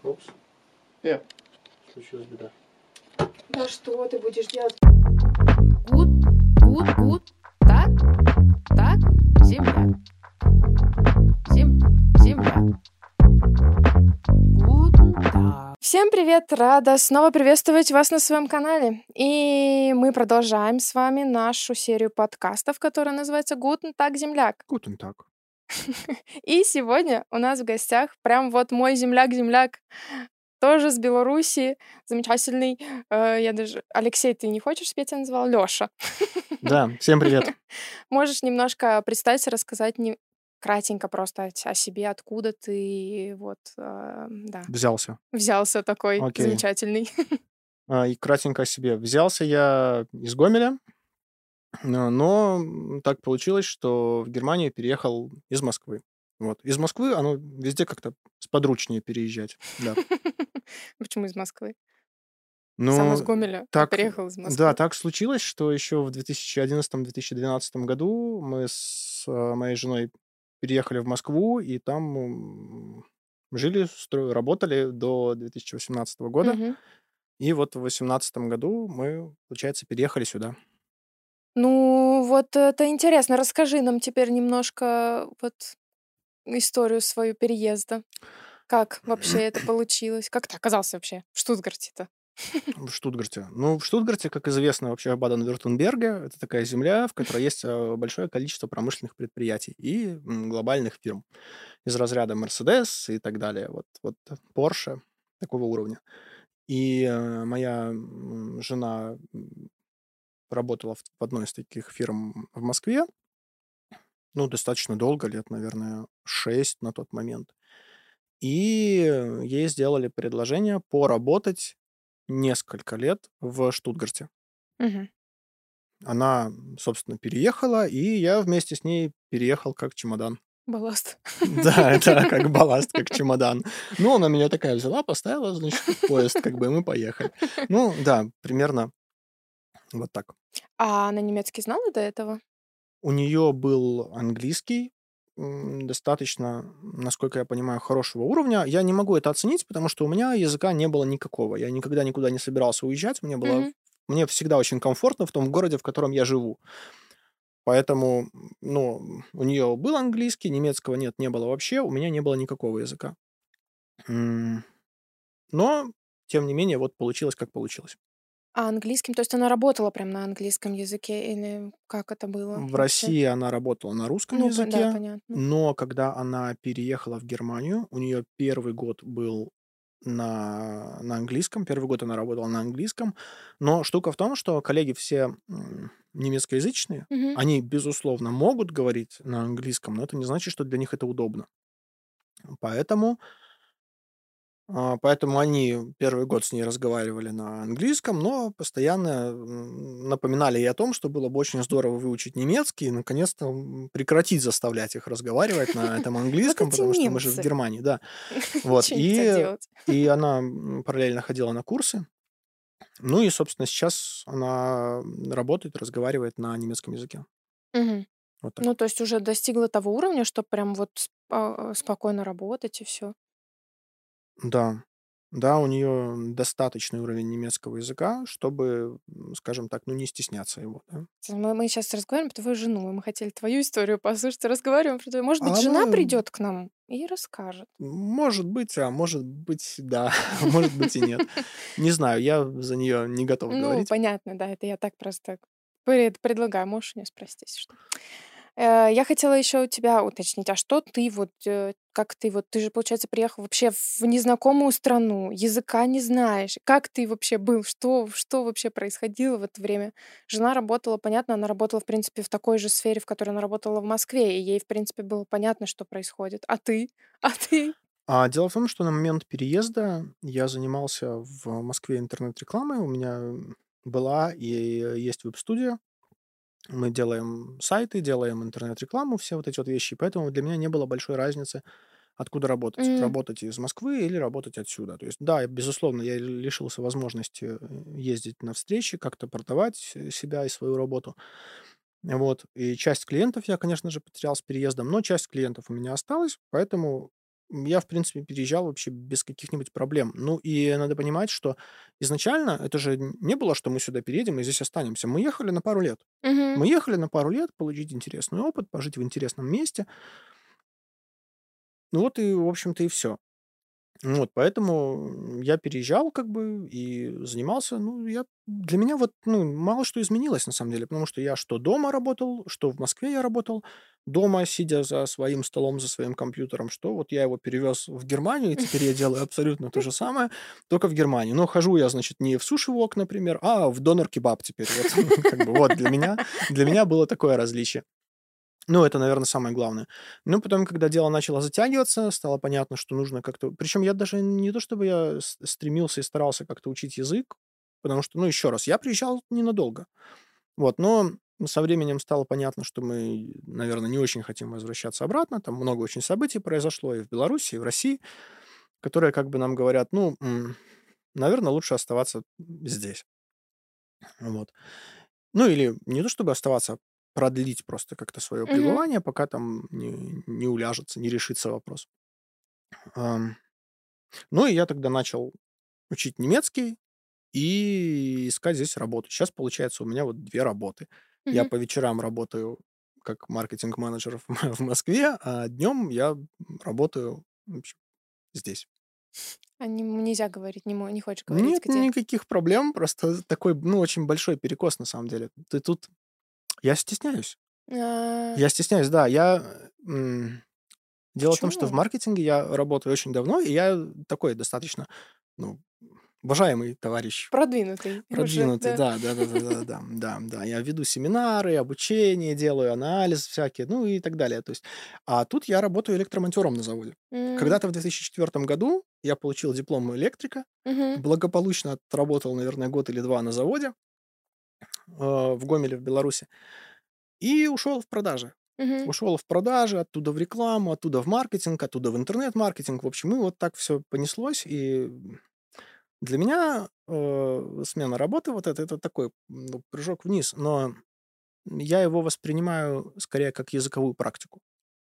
Упс, Э, случилась беда. Да что ты будешь делать? Гуд, гуд. Так, земля. Земля. Гутен Таг. Всем привет! Рада снова приветствовать вас на своем канале. И мы продолжаем с вами нашу серию подкастов, которая называется «Гутен Таг, земляк». Guten Tag. И сегодня у нас в гостях прям вот мой земляк-земляк, тоже с Беларуси, замечательный. Я даже... Алексей, ты не хочешь, чтобы я тебя назвала? Лёша. Да, всем привет. Можешь немножко представиться, рассказать кратенько просто о себе, откуда ты вот, да, Взялся. взялся такой Окей. замечательный. И кратенько о себе. Взялся я из Гомеля, но так получилось, что в Германию переехал из Москвы. Вот. Из Москвы оно везде как-то сподручнее переезжать. Да. Почему из Москвы? Сам из Ну, Гомеля, а так, переехал из да, Москвы. так случилось, что еще в 2011-2012 году мы с моей женой переехали в Москву, и там жили, работали до 2018 года. Мгм. И вот в 2018 году мы, получается, переехали сюда. Ну, вот это интересно. Расскажи нам теперь немножко вот историю свою переезда. Как вообще это получилось? Как ты оказался вообще в Штутгарте-то? В Штутгарте. Ну, в Штутгарте, как известно, вообще Баден-Вюртемберге, это такая земля, в которой есть большое количество промышленных предприятий и глобальных фирм из разряда Mercedes и так далее. Вот Porsche такого уровня. И моя жена работала в одной из таких фирм в Москве, ну, достаточно долго, лет, наверное, 6 на тот момент. И ей сделали предложение поработать несколько лет в Штутгарте. Мгм. Она, собственно, переехала, и я вместе с ней переехал как чемодан. Балласт. Да, это как балласт, как чемодан. Ну, она меня такая взяла, поставила, значит, в поезд, как бы, и мы поехали. Ну, да, примерно вот так. А она немецкий знала до этого? У нее был английский, достаточно, насколько я понимаю, хорошего уровня. Я не могу это оценить, потому что у меня языка не было никакого. Я никогда никуда не собирался уезжать. Мгм. Мне всегда очень комфортно в том городе, в котором я живу. Поэтому, ну, у нее был английский, немецкого нет, не было вообще, у меня не было никакого языка. М, Но, тем не менее, вот получилось, как получилось. А английским, то есть она работала прям на английском языке или как это было В вообще? России она работала на русском Ну, да, языке, понятно. но когда она переехала в Германию, у нее первый год был на английском, первый год она работала на английском, но штука в том, что коллеги все немецкоязычные, Мгм. они, безусловно, могут говорить на английском, но это не значит, что для них это удобно. Поэтому Поэтому они первый год с ней разговаривали на английском, но постоянно напоминали ей о том, что было бы очень здорово выучить немецкий и, наконец-то, прекратить заставлять их разговаривать на этом Вот английском, эти потому что мы же в немцы. Германии, да. Вот. Что они хотят делать? И она параллельно ходила на курсы. Ну и, собственно, сейчас она работает, разговаривает на немецком языке. Мгм. Вот так. Ну, то есть уже достигла того уровня, что прям вот спокойно работать и все. Да. Да, у нее достаточный уровень немецкого языка, чтобы, скажем так, ну, не стесняться его, да. Мы сейчас разговариваем про твою жену, и мы хотели твою историю послушать, разговариваем про твою. Может быть, А жена она, придет к нам и расскажет. может быть, а может быть, да, может быть и нет. Не знаю, я за нее не готов Ну, говорить. понятно, да, это я так просто предлагаю, можешь у нее спросить, если что. Я хотела еще у тебя уточнить, а что ты вот, как ты вот, ты же, получается, приехал вообще в незнакомую страну, языка не знаешь. Как ты вообще был? Что вообще происходило в это время? Жена работала, понятно, она работала, в принципе, в такой же сфере, в которой она работала в Москве, и ей, в принципе, было понятно, что происходит. А ты? А ты? А дело в том, что на момент переезда я занимался в Москве интернет-рекламой. У меня была и есть веб-студия. Мы делаем сайты, делаем интернет-рекламу, все вот эти вот вещи. Поэтому для меня не было большой разницы, откуда работать. М, Работать из Москвы или работать отсюда. То есть, да, безусловно, я лишился возможности ездить на встречи, как-то продавать себя и свою работу. Вот. И часть клиентов я, конечно же, потерял с переездом, но часть клиентов у меня осталась, поэтому я, в принципе, переезжал вообще без каких-нибудь проблем. Ну, и надо понимать, что изначально это же не было, что мы сюда переедем и здесь останемся. Мы ехали на пару лет. Мгм. Мы ехали на пару лет получить интересный опыт, пожить в интересном месте. Ну вот и, в общем-то, и все. Вот, поэтому я переезжал как бы и занимался. Ну, для меня вот, ну, мало что изменилось на самом деле, потому что я что дома работал, что в Москве я работал, дома, сидя за своим столом, за своим компьютером, что вот я его перевез в Германию, и теперь я делаю абсолютно то же самое, только в Германии. Но хожу я, значит, не в суши-вок, например, а в донер-кебаб теперь. Вот, как бы вот для меня было такое различие. Ну, это, наверное, самое главное. Ну, потом, когда дело начало затягиваться, стало понятно, что нужно как-то. Причем я даже не то чтобы я стремился и старался как-то учить язык, потому что, ну, еще раз, я приезжал ненадолго. Вот, но со временем стало понятно, что мы, наверное, не очень хотим возвращаться обратно. Там много очень событий произошло и в Беларуси, и в России, которые как бы нам говорят, ну, наверное, лучше оставаться здесь. Вот. Ну, или не то чтобы оставаться, а продлить просто как-то свое Мгм. пребывание, пока там не уляжется, не решится вопрос. Ам, ну, и я тогда начал учить немецкий и искать здесь работу. Сейчас, получается, у меня вот 2 работы. Я Мгм. по вечерам работаю как маркетинг-менеджер в Москве, а днем я работаю, в общем, здесь. Нельзя говорить, не хочешь говорить, Нет где. никаких проблем, просто такой, ну, очень большой перекос на самом деле. Ты тут Я стесняюсь. А, Я стесняюсь, да. Дело в том, что в почему? маркетинге я работаю очень давно, и я такой достаточно, ну, уважаемый товарищ, Продвинутый уже, продвинутый. да. Да, да-да-да-да-да, да-да. Я веду семинары, обучение делаю, анализ всякий, ну и так далее. То есть, а тут я работаю электромонтёром на заводе. М, Когда-то в 2004 году я получил диплом электрика, мгм, благополучно отработал, наверное, год или 2 на заводе, в Гомеле, в Беларуси, и ушел в продажи. мгм. Ушел в продажи, оттуда в рекламу, оттуда в маркетинг, оттуда в интернет-маркетинг. В общем, и вот так все понеслось. И для меня, смена работы вот это такой, ну, прыжок вниз, но я его воспринимаю скорее как языковую практику.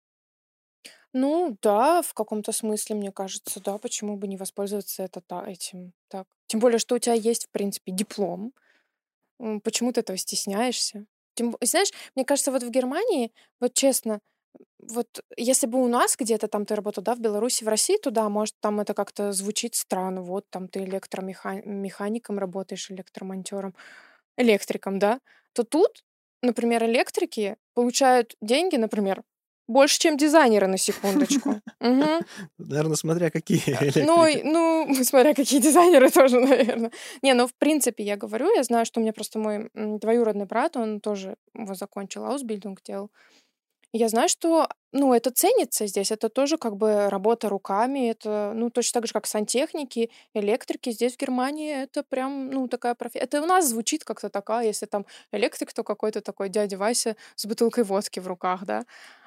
Ну да, в каком-то смысле, мне кажется, да, почему бы не воспользоваться этим так. Тем более, что у тебя есть, в принципе, диплом. Почему ты этого стесняешься? Знаешь, мне кажется, вот в Германии, вот честно, вот если бы у нас где-то там ты работал, да, в Беларуси, в России, то да, может, там это как-то звучит странно. Вот там ты механиком работаешь, электромонтёром, электриком, да. То тут, например, электрики получают деньги, например, больше, чем дизайнеры, на секундочку. Мгм. Наверное, смотря какие Ну, электрики. смотря какие дизайнеры тоже, наверное. Не, ну, в принципе, я говорю, я знаю, что у меня просто мой двоюродный брат, он тоже вот закончил аусбильдинг, делал. И я знаю, что, ну, это ценится здесь, это тоже как бы работа руками, это, ну, точно так же, как сантехники, электрики здесь, в Германии, это прям, ну, такая профессия. Это у нас звучит как-то такая, если там электрик, то какой-то такой дядя Вася с бутылкой водки в руках, да.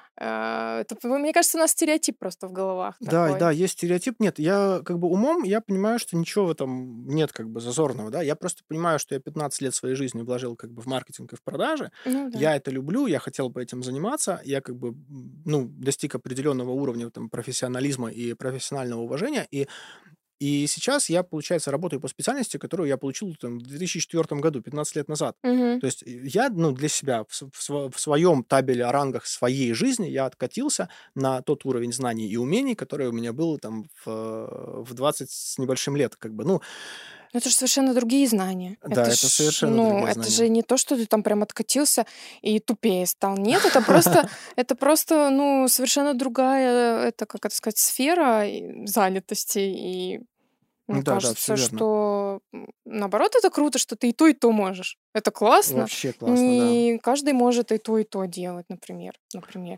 Мне кажется, у нас стереотип просто в головах Да, да, такой. есть стереотип. Нет, я как бы умом, я понимаю, что ничего в этом нет как бы зазорного, да. Я просто понимаю, что я 15 лет своей жизни вложил как бы в маркетинг и в продажи. Ну да. Я это люблю, я хотел бы этим заниматься. Я как бы, ну, достиг определенного уровня там профессионализма и профессионального уважения. И сейчас я, получается, работаю по специальности, которую я получил там в 2004 году, 15 лет назад. Мгм. То есть я, ну, для себя в своем табеле о рангах своей жизни я откатился на тот уровень знаний и умений, который у меня был там в 20 с небольшим лет, как бы. Ну, Ну, это же совершенно другие знания. да, это совершенно Ну, другие это знания. же не то, что ты там прям откатился и тупее стал. Нет, это просто, ну, совершенно другая, это, как это сказать, сфера занятости. И мне Да, да, все кажется, верно. что наоборот, это круто, что ты и то можешь. Это классно. Вообще классно, да. Не каждый может и то делать, например. Например.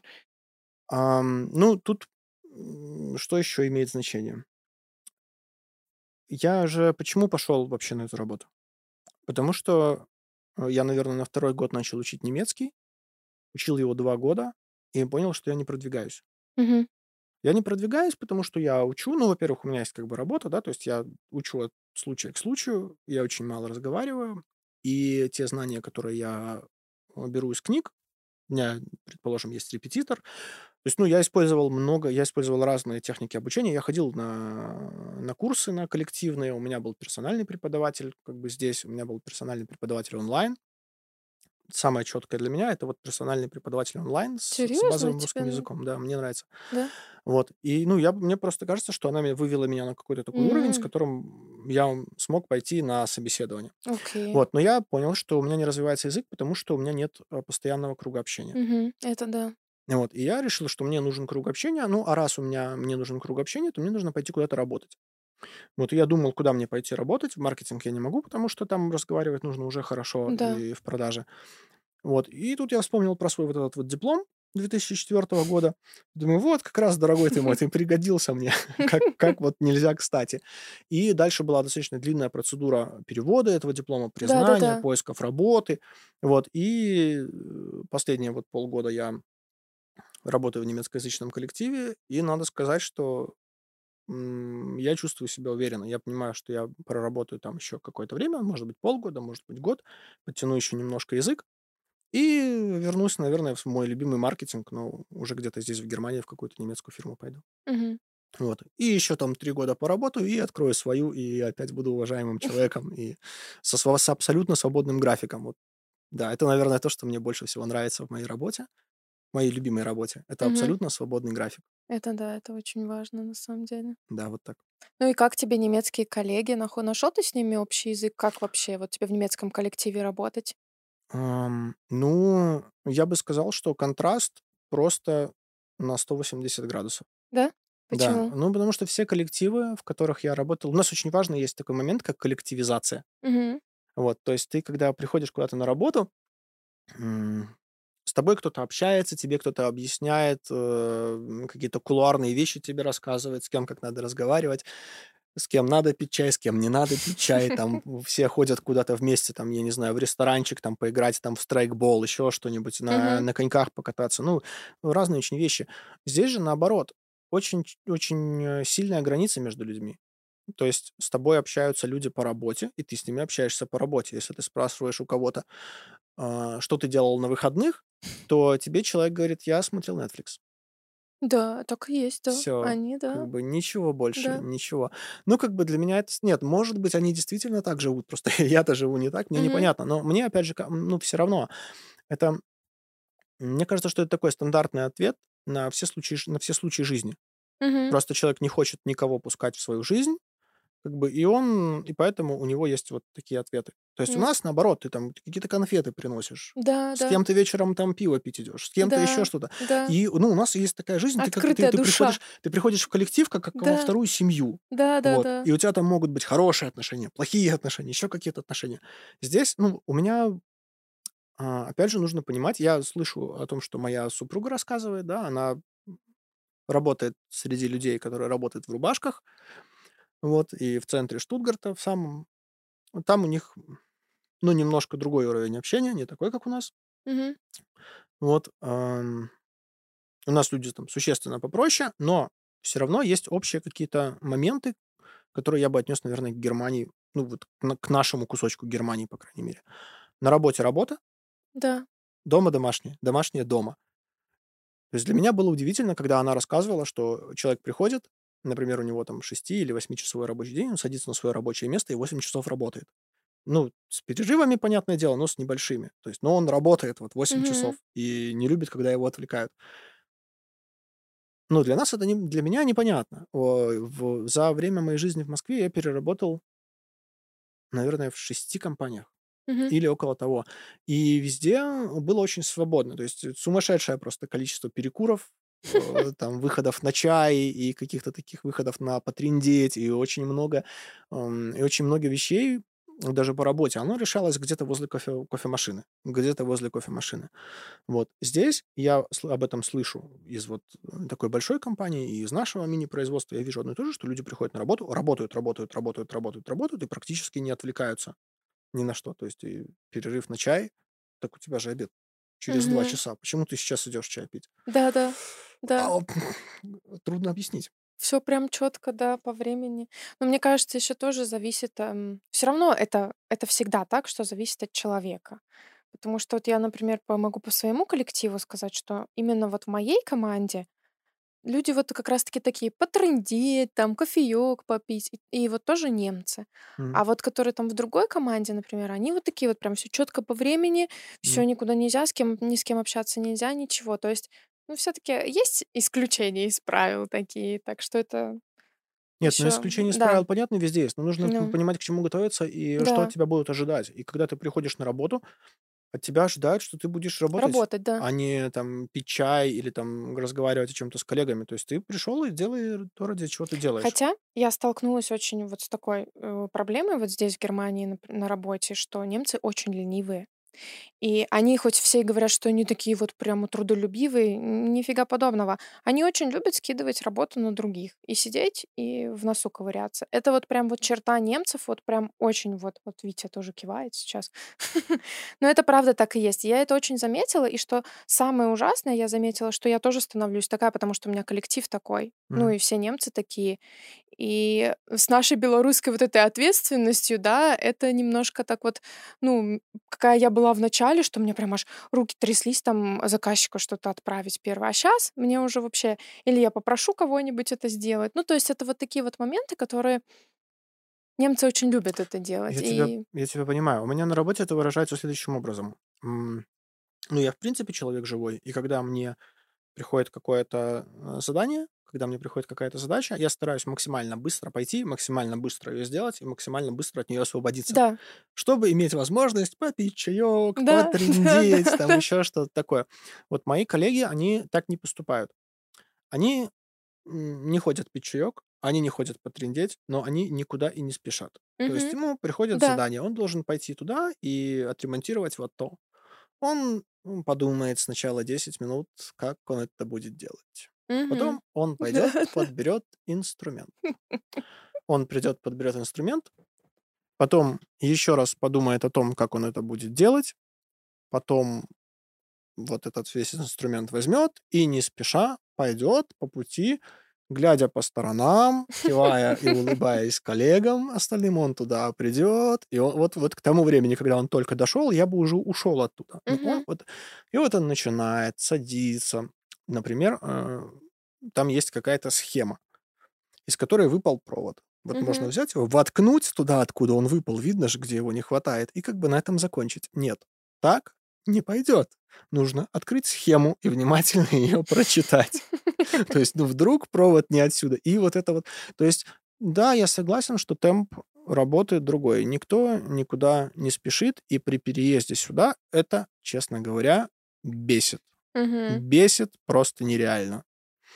Ну, тут что еще имеет значение? Я же почему пошел вообще на эту работу? Потому что я, наверное, на второй год начал учить немецкий, учил его 2 года и понял, что я не продвигаюсь. Мгм. Я не продвигаюсь, потому что я учу, ну, во-первых, у меня есть как бы работа, да, то есть я учу от случая к случаю, я очень мало разговариваю, и те знания, которые я беру из книг, у меня, предположим, есть репетитор, То есть, я использовал разные техники обучения. Я ходил на курсы, на коллективные. У меня был персональный преподаватель как бы здесь, у меня был персональный преподаватель онлайн. Самое четкое для меня — это вот персональный преподаватель онлайн с Серьезно, у базовым тебя, русским языком. Да, мне нравится. да? Вот. И, мне просто кажется, что она вывела меня на какой-то такой уровень, с М, которым я смог пойти на собеседование. Окей. Вот. Но я понял, что у меня не развивается язык, потому что у меня нет постоянного круга общения. Это да. Вот. И я решил, что мне нужен круг общения. Ну, а раз мне нужен круг общения, то мне нужно пойти куда-то работать. Вот. И я думал, куда мне пойти работать. В маркетинг я не могу, потому что там разговаривать нужно уже хорошо Да. и в продаже. Вот. И тут я вспомнил про свой вот этот вот диплом 2004 года. Думаю, вот как раз, дорогой ты мой, ты пригодился мне, как вот нельзя кстати. И дальше была достаточно длинная процедура перевода этого диплома, Да-да-да. признания, поисков работы. Вот. И последние вот полгода я работаю в немецкоязычном коллективе, и надо сказать, что я чувствую себя уверенно. Я понимаю, что я проработаю там еще какое-то время, может быть, полгода, может быть, год, подтяну еще немножко язык и вернусь, наверное, в мой любимый маркетинг, но уже где-то здесь, в Германии, в какую-то немецкую фирму пойду. Мгм. Вот. И еще там 3 года поработаю, и открою свою, и опять буду уважаемым человеком, и с абсолютно свободным графиком. Вот. Да, это, наверное, то, что мне больше всего нравится в моей работе, в моей любимой работе. Это Мгм. абсолютно свободный график. Это да, это очень важно на самом деле. Да, вот так. Ну и как тебе немецкие коллеги? Нашел ты с ними общий язык? Как вообще вот тебе в немецком коллективе работать? Ну, я бы сказал, что контраст просто на 180 градусов. Да? Да, Почему? ну, потому что все коллективы, в которых я работал, у нас очень важно, есть такой момент, как коллективизация. Мгм. Вот, то есть ты, когда приходишь куда-то на работу, м, с тобой кто-то общается, тебе кто-то объясняет, какие-то кулуарные вещи тебе рассказывает, с кем как надо разговаривать, с кем надо пить чай, с кем не надо пить чай, там все ходят куда-то вместе, там, я не знаю, в ресторанчик, там, поиграть, там, в страйкбол, еще что-нибудь, Мгм. на коньках покататься, ну, разные очень вещи. Здесь же, наоборот, очень сильная граница между людьми. То есть с тобой общаются люди по работе, и ты с ними общаешься по работе. Если ты спрашиваешь у кого-то, что ты делал на выходных, то тебе человек говорит, я смотрел Netflix. Да, так и есть, да. Все, Они, как да, бы ничего больше, да. ничего. Ну, как бы для меня это нет, может быть, они действительно так живут, просто я-то живу не так, мне Мгм. непонятно. Но мне, опять же, ну, все равно. Это, мне кажется, что это такой стандартный ответ на все случаи жизни. Мгм. Просто человек не хочет никого пускать в свою жизнь, как бы, и поэтому у него есть вот такие ответы. То есть у М. нас, наоборот, ты там какие-то конфеты приносишь, Да, с да, кем-то вечером там пиво пить идешь, с кем-то еще да, что-то. да. И, ну, у нас есть такая жизнь, ты как бы Открытая душа. ты приходишь в коллектив как во Да, вторую семью. Вот. да-да-да. И у тебя там могут быть хорошие отношения, плохие отношения, еще какие-то отношения. Здесь, ну, у меня, опять же, нужно понимать, я слышу о том, что моя супруга рассказывает, да, она работает среди людей, которые работают в рубашках, вот, и в центре Штутгарта, в самом. Там у них, ну, немножко другой уровень общения, не такой, как у нас. Мгм. Вот, у нас люди там существенно попроще, но все равно есть общие какие-то моменты, которые я бы отнес, наверное, к Германии, ну, вот к нашему кусочку Германии, по крайней мере. На работе работа, Да. дома домашнее, домашнее дома. То есть для меня было удивительно, когда она рассказывала, что человек приходит, например, у него там 6 или 8-часовой рабочий день, он садится на свое рабочее место и 8 часов работает. Ну, с перерывами, понятное дело, но с небольшими. То есть, но он работает вот 8 часов Мгм. и не любит, когда его отвлекают. Ну, для нас это не для меня непонятно. За время моей жизни в Москве я переработал, наверное, в 6 компаниях Мгм. или около того. И везде было очень свободно. То есть сумасшедшее просто количество перекуров, там выходов на чай и каких-то таких выходов на потрындеть, и очень много вещей, даже по работе, оно решалось где-то возле кофемашины, где-то возле кофемашины. Вот здесь я об этом слышу из вот такой большой компании и из нашего мини-производства. Я вижу одно и то же, что люди приходят на работу, работают и практически не отвлекаются ни на что. То есть и перерыв на чай, так у тебя же обед через два Мгм. часа. Почему ты сейчас идешь чай пить? Да-да, да. А, трудно объяснить. Все прям четко, да, по времени. Но мне кажется, еще тоже зависит, все равно это всегда так, что зависит от человека. Потому что вот я, например, могу по своему коллективу сказать, что именно вот в моей команде люди вот как раз-таки такие потрындеть, там кофеек попить, и вот тоже немцы. М, А вот которые там в другой команде, например, они вот такие вот прям все четко по времени, все м. никуда нельзя, ни с кем общаться нельзя, ничего. То есть, ну, все-таки есть исключения из правил такие, так что это Нет, ну еще, исключение из да, правил, понятно, везде есть, но нужно ну, понимать, к чему готовиться и что от да, тебя будут ожидать. И когда ты приходишь на работу, от тебя ожидают, что ты будешь работать, работать, да. а не там пить чай или там разговаривать о чем-то с коллегами. То есть ты пришел и делай то, ради чего ты делаешь. Хотя я столкнулась очень вот с такой проблемой вот здесь, в Германии, на работе, что немцы очень ленивые. И они хоть все и говорят, что они такие вот прямо трудолюбивые, нифига подобного. Они очень любят скидывать работу на других и сидеть, и в носу ковыряться. Это вот прям вот черта немцев, вот прям очень вот Витя тоже кивает сейчас. Но это правда так и есть. Я это очень заметила, и что самое ужасное, я заметила, что я тоже становлюсь такая, потому что у меня коллектив такой. Ну Мгм. и все немцы такие. И с нашей белорусской вот этой ответственностью, да, это немножко так вот, ну, какая я была в начале, что у меня прям аж руки тряслись там заказчику что-то отправить первое. А сейчас мне уже вообще или я попрошу кого-нибудь это сделать. Ну, то есть это вот такие вот моменты, которые немцы очень любят это делать. И Я тебя понимаю. У меня на работе это выражается следующим образом. Ну, я, в принципе, человек живой, и когда мне приходит какое-то задание, когда мне приходит какая-то задача, я стараюсь максимально быстро пойти, максимально быстро ее сделать и максимально быстро от нее освободиться, да, чтобы иметь возможность попить чаек, да, да, потрындеть, да, там да. еще что-то такое. Вот мои коллеги, они так не поступают. Они не ходят пить чаек, они не ходят потрындеть, но они никуда и не спешат. То есть Мгм. ему приходит Да. задание, он должен пойти туда и отремонтировать вот то. Он подумает сначала 10 минут, как он это будет делать. Мгм. Потом он Да, пойдет, да. подберет инструмент. Он придет, подберет инструмент, потом еще раз подумает о том, как он это будет делать, потом вот этот весь инструмент возьмет и не спеша пойдет по пути, глядя по сторонам, кивая и улыбаясь коллегам остальным, он туда придет, и вот к тому времени, когда он только дошел, я бы уже ушел оттуда. Но он Мгм. вот, и вот он начинает садиться. Например, там есть какая-то схема, из которой выпал провод. Вот можно Мгм. взять его, воткнуть туда, откуда он выпал, видно же, где его не хватает, и как бы на этом закончить. Нет, так не пойдет. Нужно открыть схему и внимательно ее прочитать. То есть, ну, вдруг провод не отсюда. И вот это вот. То есть, да, я согласен, что темп работы другой. Никто никуда не спешит, и при переезде сюда это, честно говоря, бесит. Мгм. Бесит просто нереально.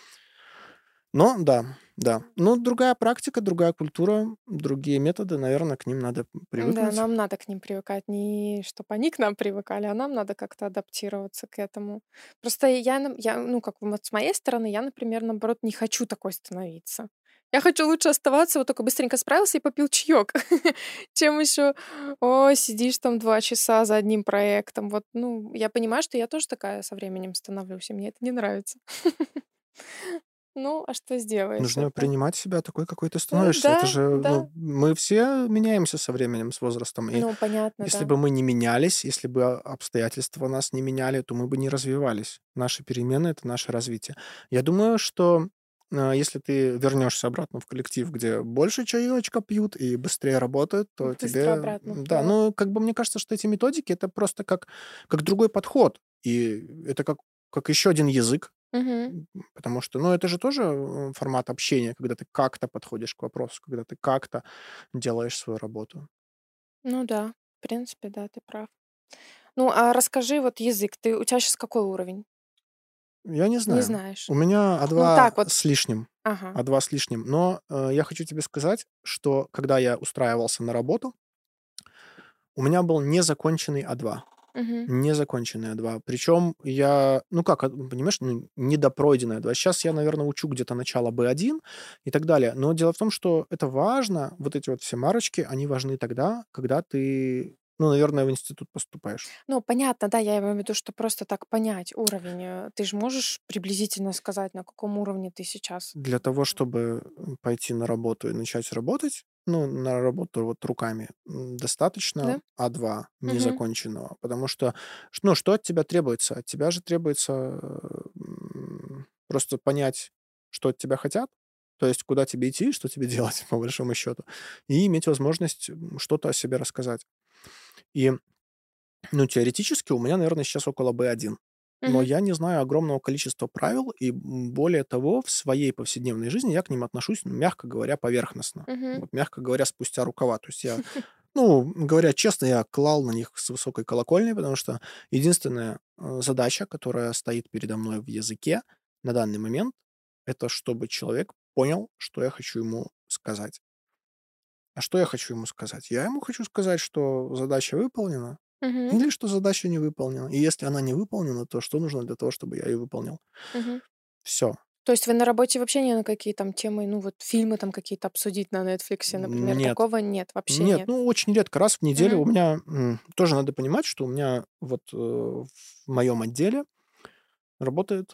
Но да, да. Ну, другая практика, другая культура, другие методы, наверное, к ним надо Да, привыкнуть. нам надо к ним привыкать. Не чтобы они к нам привыкали, а нам надо как-то адаптироваться к этому. Просто ну, как вот с моей стороны, я, например, наоборот, не хочу такой становиться. Я хочу лучше оставаться, вот только быстренько справился и попил чаек, чем еще, о, сидишь там 2 часа за одним проектом. Вот, ну, я понимаю, что я тоже такая со временем становлюсь, и мне это не нравится. Ну, а что сделаешь Нужно это? принимать себя такой, какой ты становишься. Да, Это же, да. ну, мы все меняемся со временем, с возрастом. И Ну, понятно, если да. бы мы не менялись, если бы обстоятельства нас не меняли, то мы бы не развивались. Наши перемены — это наше развитие. Я думаю, что если ты вернешься обратно в коллектив, где больше чаечка пьют и быстрее работают, то Быстро тебе, обратно, да, да. ну, как бы мне кажется, что эти методики — это просто как другой подход. И это как еще один язык, Мгм. потому что, ну, это же тоже формат общения, когда ты как-то подходишь к вопросу, когда ты как-то делаешь свою работу. Ну да, в принципе, да, ты прав. Ну, а расскажи, вот язык, у тебя сейчас какой уровень? Я не Не знаю. знаешь. У меня Ну А2 так вот. с лишним. Ага. А2 с лишним. Но я хочу тебе сказать, что когда я устраивался на работу, у меня был незаконченный А2. Мгм. Незаконченный А2. Причем я, ну как, понимаешь, ну, недопройденный А2. Сейчас я, наверное, учу где-то начало B1 и так далее. Но дело в том, что это важно, вот эти вот все марочки, они важны тогда, когда ты, ну, наверное, в институт поступаешь. Ну, понятно, да, я имею в виду, что просто так понять уровень. Ты же можешь приблизительно сказать, на каком уровне ты сейчас? Для того, чтобы пойти на работу и начать работать, ну, на работу вот руками, достаточно Да? А2 Мгм. незаконченного. Потому что, ну, что от тебя требуется? От тебя же требуется просто понять что от тебя хотят, то есть куда тебе идти, что тебе делать, по большому счету, и иметь возможность что-то о себе рассказать. И, ну, теоретически у меня, наверное, сейчас около B1. Но Мгм. я не знаю огромного количества правил, и более того, в своей повседневной жизни я к ним отношусь, ну, мягко говоря, поверхностно. Мгм. Вот, мягко говоря, спустя рукава. То есть я, ну, говоря честно, я клал на них с высокой колокольни, потому что единственная задача, которая стоит передо мной в языке на данный момент, это чтобы человек понял, что я хочу ему сказать. А что я хочу ему сказать? Я ему хочу сказать, что задача выполнена, Мгм. или что задача не выполнена. И если она не выполнена, то что нужно для того, чтобы я ее выполнил? Мгм. Все. То есть вы на работе вообще ни на какие там темы, ну вот фильмы там какие-то обсудить на «Нетфликсе», например, Нет. такого нет, вообще Нет, нет? ну, очень редко. Раз в неделю Мгм. у меня тоже надо понимать, что у меня вот в моем отделе работает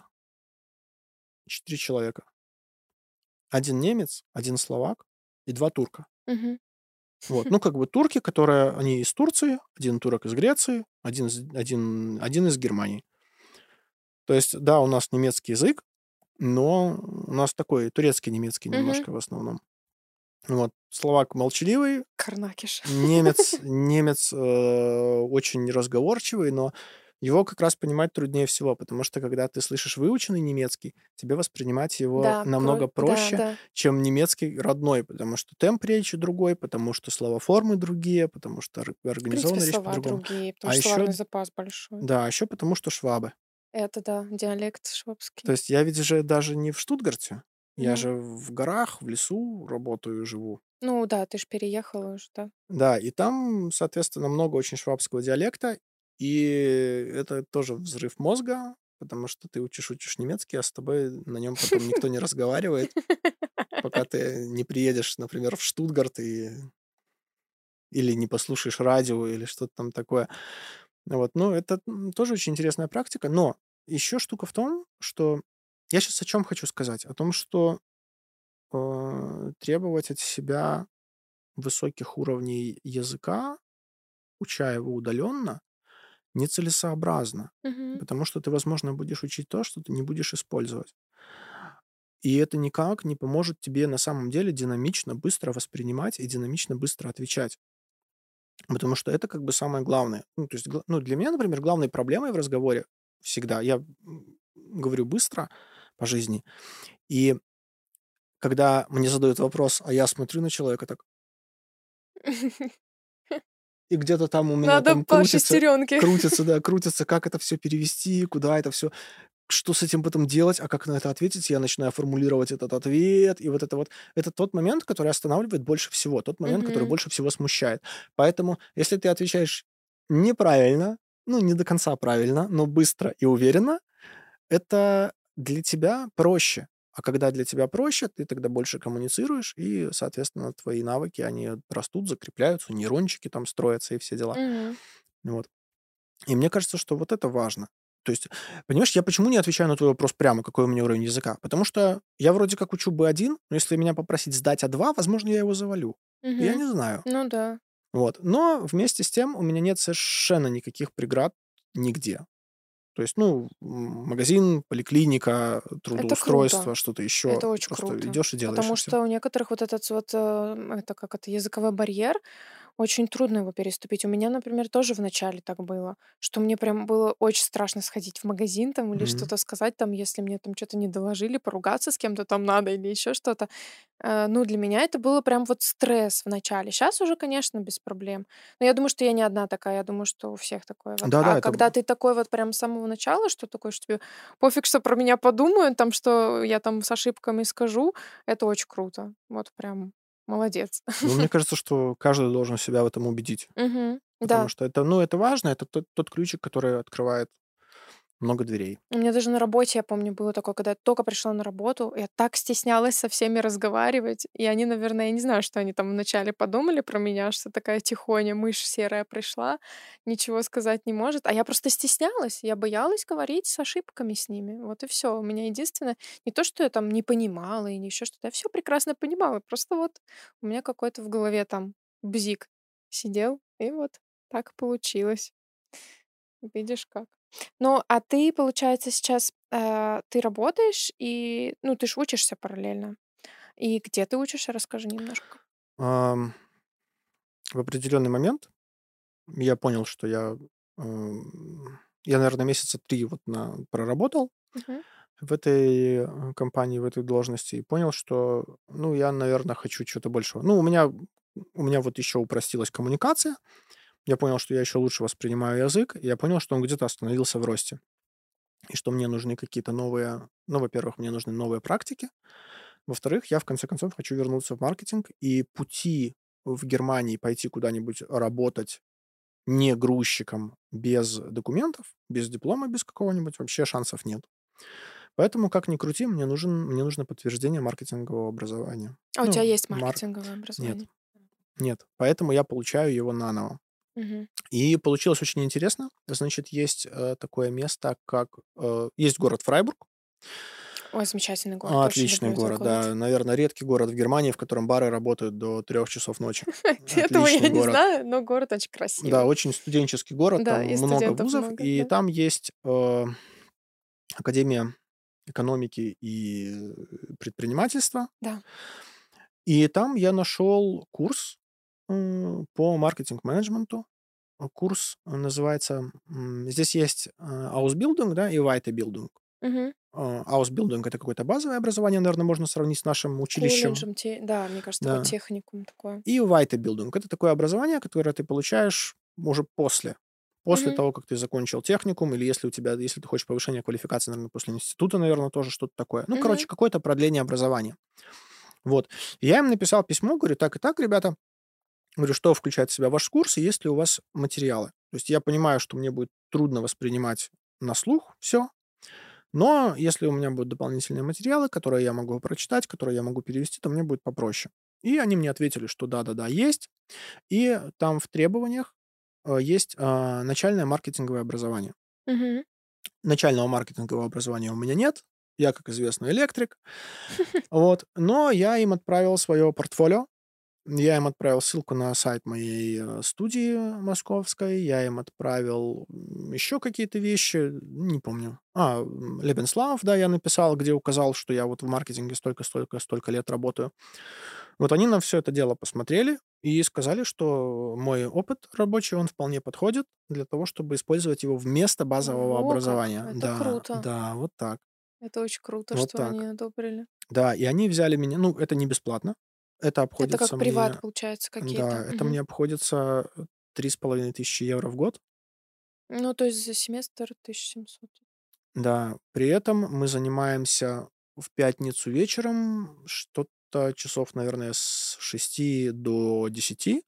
4 человека. Один немец, один словак и 2 турка. Мгм. Вот. Ну, как бы турки, которые они из Турции, один турок из Греции, один из Германии. То есть, да, у нас немецкий язык, но у нас такой турецкий немецкий Мгм. немножко в основном. Вот. Словак молчаливый, Карнакиш. немец очень разговорчивый, но его как раз понимать труднее всего, потому что когда ты слышишь выученный немецкий, тебе воспринимать его Да, намного да, проще, да. чем немецкий родной, потому что темп речи другой, потому что словоформы другие, потому что В принципе, организована речь слова по-другому. другие, потому А что еще, словарный запас большой. да, еще потому что швабы. Это да, диалект То швабский. есть я ведь же даже не в Штутгарте, я Мгм. же в горах, в лесу работаю, живу. Ну да, ты ж переехала уже, да. Да, и там, соответственно, много очень швабского диалекта, и это тоже взрыв мозга, потому что ты учишь немецкий, а с тобой на нем потом никто не разговаривает, пока ты не приедешь, например, в Штутгарт или не послушаешь радио или что-то там такое. Вот, ну, это тоже очень интересная практика, но еще штука в том, что я сейчас о чем хочу сказать? О том, что требовать от себя высоких уровней языка, уча его удаленно, нецелесообразно, Мгм. потому что ты, возможно, будешь учить то, что ты не будешь использовать. И это никак не поможет тебе на самом деле динамично, быстро воспринимать и динамично, быстро отвечать. Потому что это как бы самое главное. Ну, то есть, ну, для меня, например, главной проблемой в разговоре всегда, я говорю быстро по жизни, и когда мне задают вопрос, а я смотрю на человека так, и где-то там у меня Надо там по крутится, шестеренке. крутится, да, крутится, как это все перевести, куда это все, что с этим потом делать, а как на это ответить. Я начинаю формулировать этот ответ, и вот это тот момент, который останавливает больше всего, тот момент, который Мгм. больше всего смущает. Поэтому, если ты отвечаешь неправильно, ну, не до конца правильно, но быстро и уверенно, это для тебя проще. А когда для тебя проще, ты тогда больше коммуницируешь, и, соответственно, твои навыки, они растут, закрепляются, нейрончики там строятся и все дела. Мгм. Вот. И мне кажется, что вот это важно. То есть, понимаешь, я почему не отвечаю на твой вопрос прямо, какой у меня уровень языка? Потому что я вроде как учу B1, но если меня попросить сдать А2, возможно, я его завалю. Я Мгм. не знаю. Ну да. Вот. Но вместе с тем у меня нет совершенно никаких преград нигде. То есть, ну, магазин, поликлиника, Это круто. трудоустройство, что-то еще. Это очень Просто круто. идешь и делаешь, Потому и все. что у некоторых вот этот вот, это как это, языковой барьер, очень трудно его переступить. У меня, например, тоже в начале так было, что мне прям было очень страшно сходить в магазин там или что-то сказать там, если мне там что то не доложили, поругаться с кем-то там надо или еще что-то. Ну, для меня это было прям вот стресс в начале. Сейчас уже, конечно, без проблем. Но я думаю, что я не одна такая. Я думаю, что у всех такое вот. Да-да, А это когда ты такой вот прям с самого начала, что такое, что тебе пофиг, что про меня подумают, там, что я там с ошибками скажу, это очень круто. Вот прям молодец. ну, мне кажется, что каждый должен себя в этом убедить. Мгм. Потому Да. что это, ну, это важно, это тот ключик, который открывает много дверей. У меня даже на работе, я помню, было такое, когда я только пришла на работу, я так стеснялась со всеми разговаривать, и они, наверное, я не знаю, что они там вначале подумали про меня, что такая тихоня мышь серая пришла, ничего сказать не может, а я просто стеснялась, я боялась говорить с ошибками с ними, вот и все. У меня единственное, не то, что я там не понимала или еще что-то, я все прекрасно понимала, просто вот у меня какой-то в голове там бзик сидел, и вот так получилось. Видишь как. Ну, а ты, получается, сейчас, ты работаешь и, ну, ты ж учишься параллельно. И где ты учишься? Расскажи немножко. Ам, В определенный момент я понял, что я, наверное, месяца 3 вот проработал Мгм. в этой компании, в этой должности, и понял, что, ну, я, наверное, хочу чего-то большего. Ну, у меня вот еще упростилась коммуникация. Я понял, что я еще лучше воспринимаю язык. И я понял, что он где-то остановился в росте. И что мне нужны какие-то новые... Ну, во-первых, мне нужны новые практики. Во-вторых, я в конце концов хочу вернуться в маркетинг. И пути в Германии пойти куда-нибудь работать не грузчиком, без документов, без диплома, без какого-нибудь, вообще шансов нет. Поэтому, как ни крути, мне нужно подтверждение маркетингового образования. А у тебя Ну, есть марк... маркетинговое Нет, образование? нет. Поэтому я получаю его наново. Мгм. И получилось очень интересно. Значит, есть такое место, есть город Фрайбург. Ой, замечательный город. Очень Отличный люблю этот город, город. да. Наверное, редкий город в Германии, в котором бары работают до 3 часов ночи. Этого я Отличный не город. знаю, но город очень Да, красивый. очень студенческий город, там Да, и много студентов вузов, много, и да. там есть Академия экономики и предпринимательства. Да. И там я нашел курс по маркетинг-менеджменту. Курс называется... Здесь есть Ausbildung, да, и Weiterbildung. Мгм. Ausbildung — это какое-то базовое образование, наверное, можно сравнить с нашим училищем. Колледжем, да, мне кажется, такой Да. техникум такое. И Weiterbildung — это такое образование, которое ты получаешь уже после Мгм. того, как ты закончил техникум, или если ты хочешь повышения квалификации, наверное, после института, наверное, тоже что-то такое. Ну, Мгм. короче, какое-то продление образования. Вот. И я им написал письмо, говорю: так и так, ребята, говорю, что включает в себя ваш курс, и есть ли у вас материалы. То есть я понимаю, что мне будет трудно воспринимать на слух все, но если у меня будут дополнительные материалы, которые я могу прочитать, которые я могу перевести, то мне будет попроще. И они мне ответили, что да-да-да, есть. И там в требованиях есть начальное маркетинговое образование. Мгм. Начального маркетингового образования у меня нет. Я, как известно, электрик. Вот. Но я им отправил свое портфолио. Я им отправил ссылку на сайт моей студии московской. Я им отправил еще какие-то вещи, не помню. Lebenslauf, да, я написал, где указал, что я вот в маркетинге столько лет работаю. Вот они на все это дело посмотрели и сказали, что мой опыт рабочий, он вполне подходит для того, чтобы использовать его вместо базового О, как! образования. Это Да, круто. да, вот так, Это очень круто, вот что так. они одобрили. Да, и они взяли меня, ну, это не бесплатно, это Это обходится как приват, мне, получается, да, какие-то. это Мгм. мне обходится 3500 евро в год. Ну, то есть за семестр 1700. Да, при этом мы занимаемся в пятницу вечером что-то часов, наверное, с 6 до 10,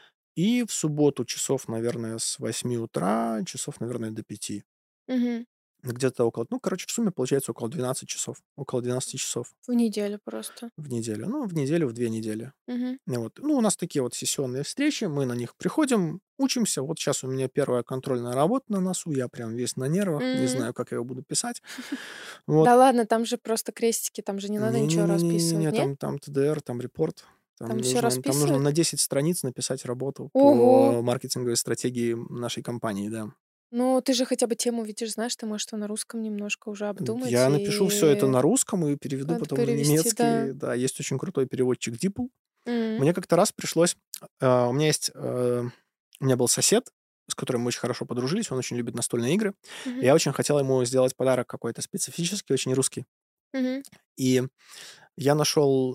и в субботу часов, наверное, с 8 утра, часов, наверное, до 5. Мгм. Где-то короче, в сумме получается около 12 часов, около 12 часов В неделю просто. в неделю. Ну, в неделю, в 2 недели. Мгм. Вот. Ну, у нас такие вот сессионные встречи, мы на них приходим, учимся. Вот сейчас у меня первая контрольная работа на носу, я прям весь на нервах, не М. знаю, как я его буду писать. Вот. Да ладно, там же просто крестики, там же не надо ничего расписывать, Не-не-не-не-не, не? там ТДР, там репорт. Там все Там нужно расписывают? на 10 страниц написать работу Ого! по маркетинговой стратегии нашей компании, да. Ну, ты же хотя бы тему видишь, знаешь, ты можешь что на русском немножко уже обдумать Я напишу все это и на русском и переведу надо потом на перевести, да. немецкий. Да, есть очень крутой переводчик DeepL. М. Мне как-то раз пришлось... у меня есть... у меня был сосед, с которым мы очень хорошо подружились, он очень любит настольные игры. Мгм. Я очень хотел ему сделать подарок какой-то специфический, очень русский. Мгм. И я нашел...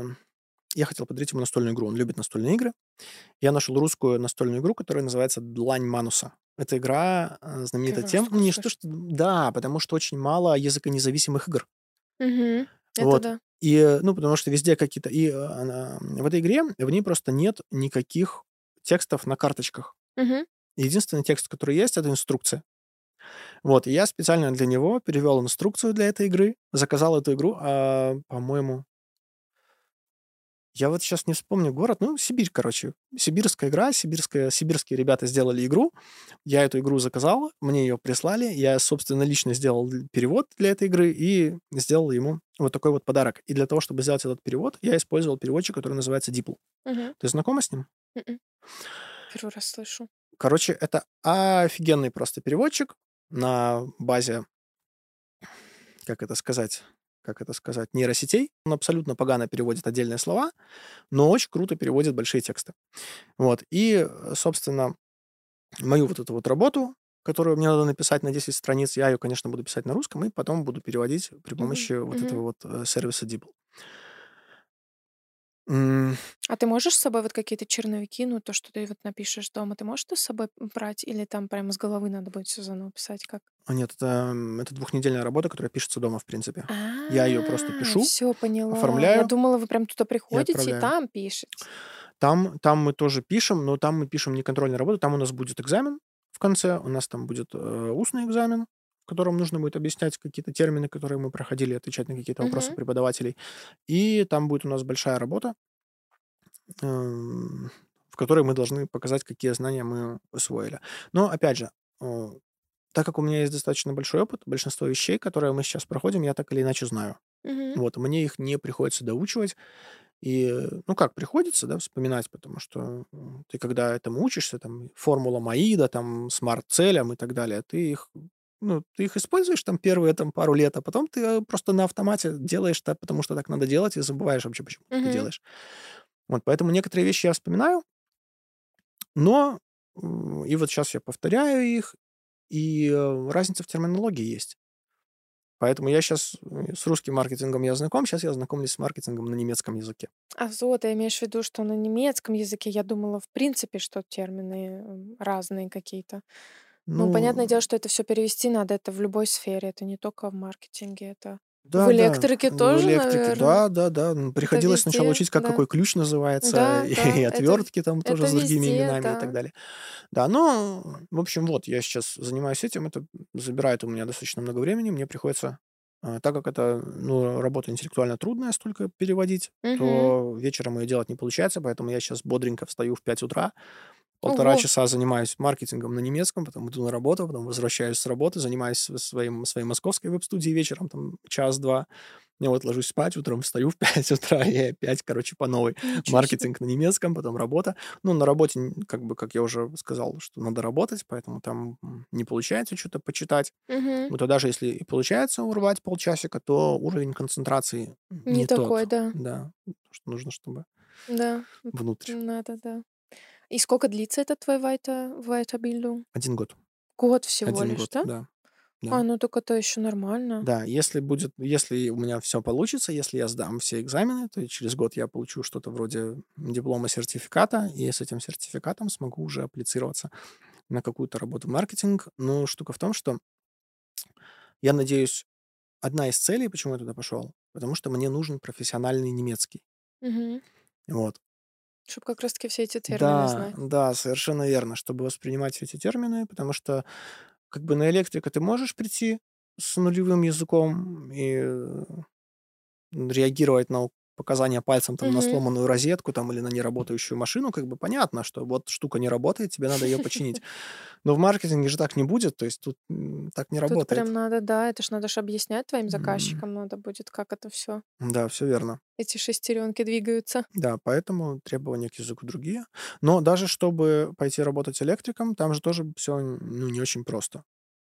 я хотел подарить ему настольную игру. Он любит настольные игры. Я нашел русскую настольную игру, которая называется «Длань Мануса». Эта игра знаменита Первый раз тем... такое Ну, не что, слышу. что... Да, потому что очень мало языконезависимых игр. Мгм. Это Вот. да. И, ну, потому что везде какие-то... И в этой игре, в ней просто нет никаких текстов на карточках. Мгм. Единственный текст, который есть, это инструкция. Вот, и я специально для него перевел инструкцию для этой игры, заказал эту игру, по-моему, я вот сейчас не вспомню город, ну, Сибирь, короче. Сибирская игра, сибирские ребята сделали игру, я эту игру заказал, мне ее прислали, я, собственно, лично сделал перевод для этой игры и сделал ему вот такой вот подарок. И для того, чтобы сделать этот перевод, я использовал переводчик, который называется DeepL. Мгм. Ты знакома с ним? М-м. Первый раз слышу. Короче, это офигенный просто переводчик. на базе, как это сказать, нейросетей. Он абсолютно погано переводит отдельные слова, но очень круто переводит большие тексты. Вот. И, собственно, мою вот эту вот работу, которую мне надо написать на 10 страниц, я ее, конечно, буду писать на русском, и потом буду переводить при Мгм. помощи вот этого Мгм. вот сервиса DeepL. М, А ты можешь с собой вот какие-то черновики, ну, то, что ты вот напишешь дома, ты можешь это с собой брать? Или там прямо с головы надо будет все заново писать? Как? Нет, это двухнедельная работа, которая пишется дома, в принципе. Я ее просто пишу, Все поняла. Я оформляю думала, вы прям туда и приходите и отправляю. там пишете. Там мы тоже пишем, но там мы пишем не контрольную работу, там у нас будет экзамен в конце, у нас там будет устный экзамен, в котором нужно будет объяснять какие-то термины, которые мы проходили, отвечать на какие-то вопросы Мгм. преподавателей. И там будет у нас большая работа, эм, в которой мы должны показать, какие знания мы усвоили. Но, опять же, так как у меня есть достаточно большой опыт, большинство вещей, которые мы сейчас проходим, я так или иначе знаю. Мгм. Вот, мне их не приходится доучивать. И, ну как, приходится, да, вспоминать, потому что ты когда этому учишься, там, формула Маида, там, смарт-целям и так далее, ты их используешь там первые там пару лет, а потом ты просто на автомате делаешь так, потому что так надо делать, и забываешь вообще, почему ты это Мгм. делаешь. Вот, поэтому некоторые вещи я вспоминаю, но и вот сейчас я повторяю их, и разница в терминологии есть. Поэтому я сейчас с русским маркетингом я знаком, сейчас я знакомлюсь с маркетингом на немецком языке. А вот, ты имеешь в виду, что на немецком языке, я думала, в принципе, что термины разные какие-то. Ну, понятное Ну, дело, что это все перевести надо, это в любой сфере, это не только в маркетинге, это в да-да, электрике в тоже, электрике, наверное. да-да-да. Это Приходилось сначала везде, учить, как да. какой ключ называется, Да, и да, отвертки там тоже это с другими везде, именами и так да. далее. Да, ну, в общем, вот, я сейчас занимаюсь этим, это забирает у меня достаточно много времени, мне приходится, так как это, ну, работа интеллектуально трудная, столько переводить, Мгм. то вечером ее делать не получается, поэтому я сейчас бодренько встаю в 5 утра, полтора Ого, часа занимаюсь маркетингом на немецком, потом иду на работу, потом возвращаюсь с работы, занимаюсь своей московской веб-студией вечером, там, час-два. Я вот ложусь спать, утром встаю в 5 утра и опять, короче, по новой. ничего себе. Маркетинг на немецком, потом работа. Ну, на работе, как бы, как я уже сказал, что надо работать, поэтому там не получается что-то почитать. Мгм. Вот, а даже если и получается урвать полчасика, то уровень концентрации Не не такой, тот. да. Да, потому что нужно, чтобы Да, внутрь. надо, да. И сколько длится эта твоя Weiterbildung? 1 год. Год всего 1 год, лишь, да? да. А, Да. ну так это еще нормально. Да, если у меня все получится, если я сдам все экзамены, то и через год я получу что-то вроде диплома, сертификата, и с этим сертификатом смогу уже апплицироваться на какую-то работу в маркетинг. Но штука в том, что я надеюсь, одна из целей, почему я туда пошел, потому что мне нужен профессиональный немецкий. Угу. Вот. Чтобы как раз-таки все эти термины Да, знать. да, совершенно верно, чтобы воспринимать все эти термины, потому что как бы на электрика ты можешь прийти с нулевым языком и реагировать на показания пальцем там на Угу. сломанную розетку там или на неработающую машину, как бы понятно, что вот штука не работает, тебе надо ее починить. Но в маркетинге же так не будет, то есть тут так не Тут прям работает. надо, да, это ж надо ж объяснять твоим М, заказчикам, надо будет, как это все, Да, все верно. эти шестеренки двигаются. Да, поэтому требования к языку другие. Но даже чтобы пойти работать электриком, там же тоже все ну, не очень просто.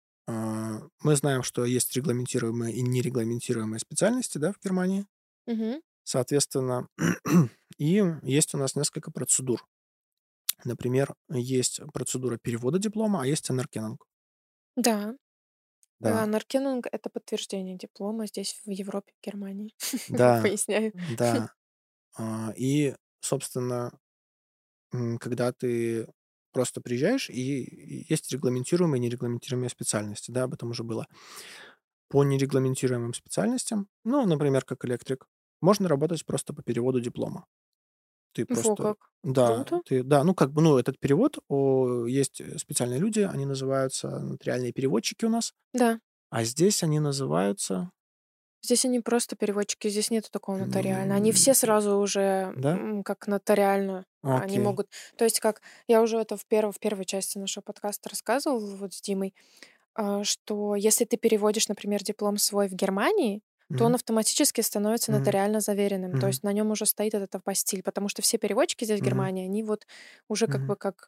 Мы знаем, что есть регламентируемые и нерегламентируемые специальности, да, в Германии. Угу. Соответственно, и есть у нас несколько процедур. Например, есть процедура перевода диплома, а есть анеркеннунг. Да. Да, Anerkennung — это подтверждение диплома здесь, в Европе, в Германии. да, Поясняю. да. И, собственно, когда ты просто приезжаешь, и есть регламентируемые и нерегламентируемые специальности, да, об этом уже было. По нерегламентируемым специальностям, ну, например, как электрик, можно работать просто по переводу диплома. Ты Во просто как. да, Круто. ну, как бы, ну, этот перевод, есть специальные люди, они называются нотариальные переводчики у нас, Да. а здесь они называются, Здесь они просто переводчики, здесь нету такого нотариально. Они м, все сразу уже, да? как нотариально. Они Окей. могут то есть как я уже это в первой части нашего подкаста рассказывала вот с Димой, что если ты переводишь, например, диплом свой в Германии, то он Мгм, автоматически становится мгм, нотариально заверенным. То мгм, есть на нем уже стоит этот апостиль, потому что все переводчики здесь в мгм, Германии, они вот уже как мгм. бы как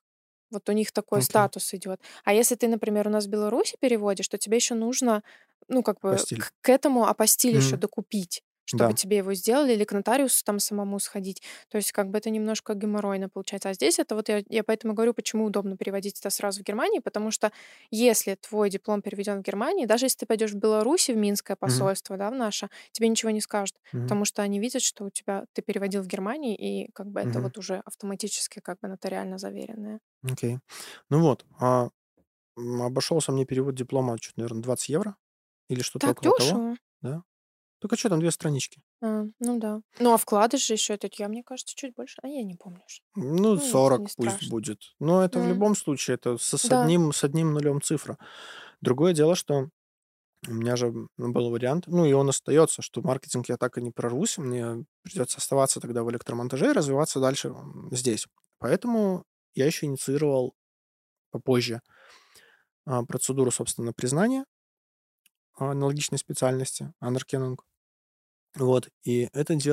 Вот у них такой Окей. статус идет. А если ты, например, у нас в Беларуси переводишь, то тебе еще нужно, ну, как бы Постель. к этому апостиль еще Мгм. докупить, чтобы Да. тебе его сделали, или к нотариусу там самому сходить. То есть как бы это немножко геморройно получается. А здесь это вот я поэтому говорю, почему удобно переводить это сразу в Германии, потому что если твой диплом переведен в Германии, даже если ты пойдешь в Беларуси, в Минское Мгм. посольство, да, в наше, тебе ничего не скажут, Мгм. потому что они видят, что у тебя ты переводил в Германии, и как бы это Мгм. вот уже автоматически как бы нотариально заверенное. Окей. Ну вот, обошелся мне перевод диплома чё-то, наверно, 20 евро или что-то Так около того, дешево. да. Только что там 2 странички? Ну да. Ну, а вклады же еще этот, мне кажется, чуть больше. А я не помню уже. Ну, Ну, не 40 пусть страшно. будет. Но это в М, любом случае, это с Да. одним нулем цифра. Другое дело, что у меня же, был вариант, ну, и он остается, что маркетинг я так и не прорвусь, мне придется оставаться тогда в электромонтаже и развиваться дальше, здесь. Поэтому я еще инициировал попозже, процедуру, собственно, признания, аналогичной специальности, анеркеннунг. Вот, и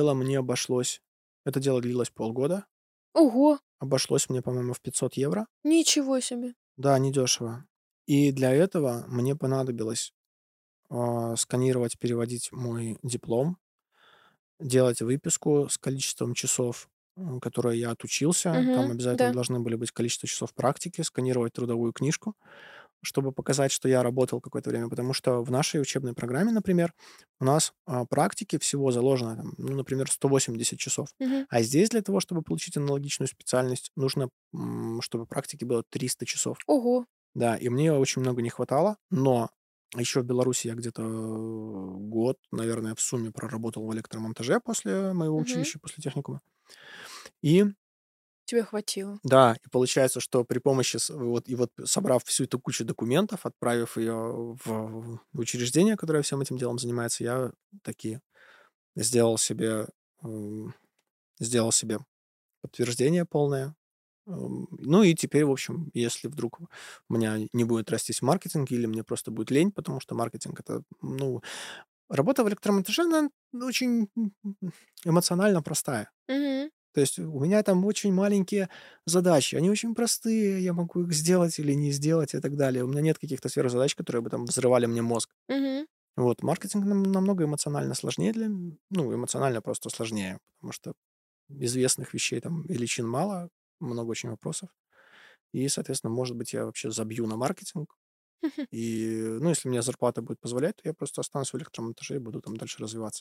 это дело длилось полгода, Ого, обошлось мне, по-моему, в 500 евро. ничего себе. Да, недешево. И для этого мне понадобилось, сканировать, переводить мой диплом, делать выписку с количеством часов, которые я отучился. Там обязательно Да. должны были быть количество часов практики, сканировать трудовую книжку, чтобы показать, что я работал какое-то время. Потому что в нашей учебной программе, например, у нас, практики всего заложено, там, ну, например, 180 часов. Мгм. А здесь для того, чтобы получить аналогичную специальность, нужно, чтобы практики было 300 часов. Ого. Да, и мне очень много не хватало, но еще в Беларуси я где-то, год, наверное, в сумме проработал в электромонтаже после моего Мгм. училища, после техникума. И Тебе хватило. да, и получается, что при помощи вот собрав всю эту кучу документов, отправив ее в учреждение, которое всем этим делом занимается, я таки сделал себе, м, сделал себе подтверждение полное. Ну и теперь, в общем, если вдруг у меня не будет растись маркетинг или мне просто будет лень, потому что маркетинг — это, ну, работа в электромонтаже, она очень эмоционально простая. Мгм. То есть у меня там очень маленькие задачи, они очень простые, я могу их сделать или не сделать и так далее. У меня нет каких-то сверхзадач, которые бы там взрывали мне мозг. Мгм. Вот, маркетинг намного эмоционально сложнее ну, эмоционально просто сложнее, потому что известных вещей там величин мало, много очень вопросов. И, соответственно, может быть, я вообще забью на маркетинг. И, ну, если мне зарплата будет позволять, то я просто останусь в электромонтаже и буду там дальше развиваться.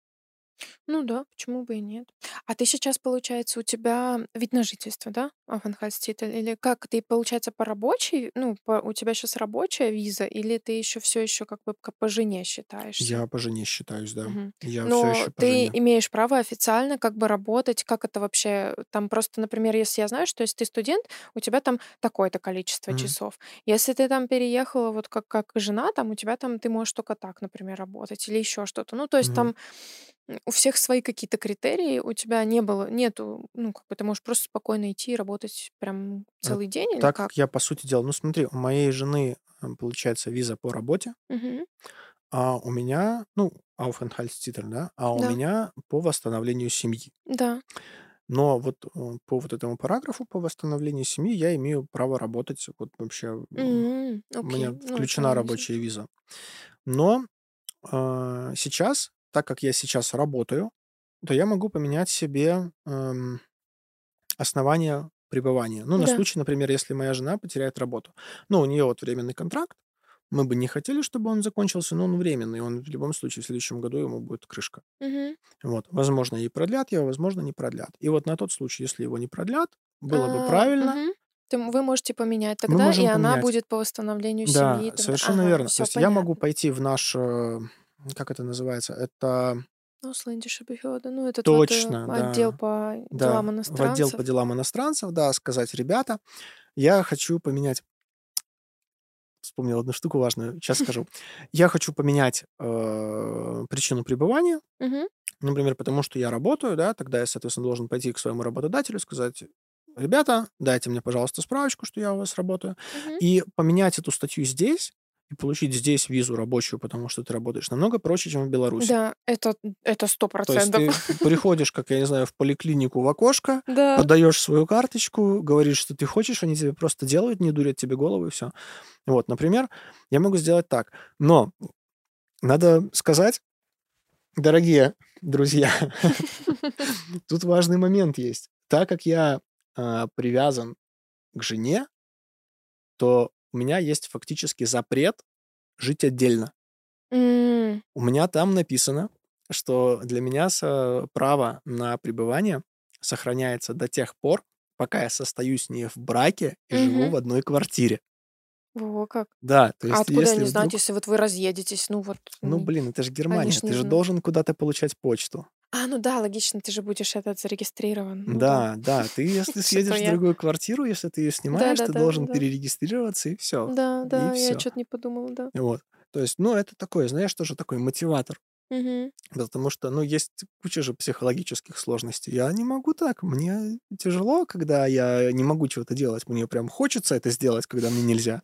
Ну да, почему бы и нет. А ты сейчас, получается, у тебя вид на жительство, да, Aufenthaltstitel? Или как ты, получается, по рабочей, ну, у тебя сейчас рабочая виза, или ты еще все еще как бы по жене считаешься? Я по жене считаюсь, да. Мгм. Я все Но еще по ты жене. имеешь право официально как бы работать. Как это вообще? Там просто, например, если я знаю, что если ты студент, у тебя там такое-то количество Мгм. часов. Если ты там переехала, вот как жена, там у тебя там ты можешь только так, например, работать или еще что-то. Ну, то есть Мгм. там у всех свои какие-то критерии, у тебя нету, ну, как бы ты можешь просто спокойно идти и работать прям А целый день или так как как? я, по сути дела, ну, смотри, у моей жены, получается, виза по работе, Мгм. а у меня, ну, Aufenthaltstitel, да, а у Да, меня по восстановлению семьи. да. Но вот, по вот этому параграфу, по восстановлению семьи, я имею право работать. Вот вообще, у Окей, меня ну это включена амазинг. рабочая виза. Но, сейчас, так как я сейчас работаю, то я могу поменять себе, основание пребывания. Ну, на Да. случай, например, если моя жена потеряет работу. Ну, у нее вот временный контракт. Мы бы не хотели, чтобы он закончился, но он временный. Он в любом случае в следующем году ему будет крышка. Мгм. Вот. Возможно, и продлят его, возможно, не продлят. И вот на тот случай, если его не продлят, было бы правильно, Мгм. Вы можете поменять мы тогда, и можем она поменять. будет по восстановлению семьи Да, тогда. совершенно Ага, верно. То все есть я могу понятно. пойти в наш, как это называется? Это Ausländische Behörde, ну, этот вот, точно, отдел да, по делам да, в отдел по иностранцев. делам иностранцев, да, сказать, ребята, я хочу поменять. Вспомнил одну штуку важную, сейчас скажу. Я хочу поменять, причину пребывания, Мгм, например, потому что я работаю, да, тогда я, соответственно, должен пойти к своему работодателю, сказать: "Ребята, дайте мне, пожалуйста, справочку, что я у вас работаю". мгм. И поменять эту статью здесь, и получить здесь визу рабочую, потому что ты работаешь, намного проще, чем в Беларуси. Да, это То есть 100%. ты приходишь, как я не знаю, в поликлинику в окошко, Да. подаешь свою карточку, говоришь, что ты хочешь, они тебе просто делают, не дурят тебе голову, и все. Вот, например, я могу сделать так. Но надо сказать, дорогие друзья, тут важный момент есть. Так как я привязан к жене, то у меня есть фактически запрет жить отдельно. М, У меня там написано, что для меня право на пребывание сохраняется до тех пор, пока я состою с ней в браке и живу в мгм. одной квартире. Во как. Да, то А есть откуда если они знают, вдруг... если вот вы разъедетесь? Ну вот, Ну, блин, это же они Германия, ж не ты же знают. должен куда-то получать почту. Ну да, логично, ты же будешь зарегистрирован. Ну да. Да, ты если Что-то съедешь в я... другую квартиру, если ты ее снимаешь, ты Да-да-да, должен да. перерегистрироваться, и все. Да, И да, я все. что-то не подумала, да. Вот. То есть, ну, это такое, знаешь, тоже такой мотиватор. Мгм. Потому что, ну, есть куча же психологических сложностей. Я не могу так. Мне тяжело, когда я не могу чего-то делать. Мне прям хочется это сделать, когда мне нельзя.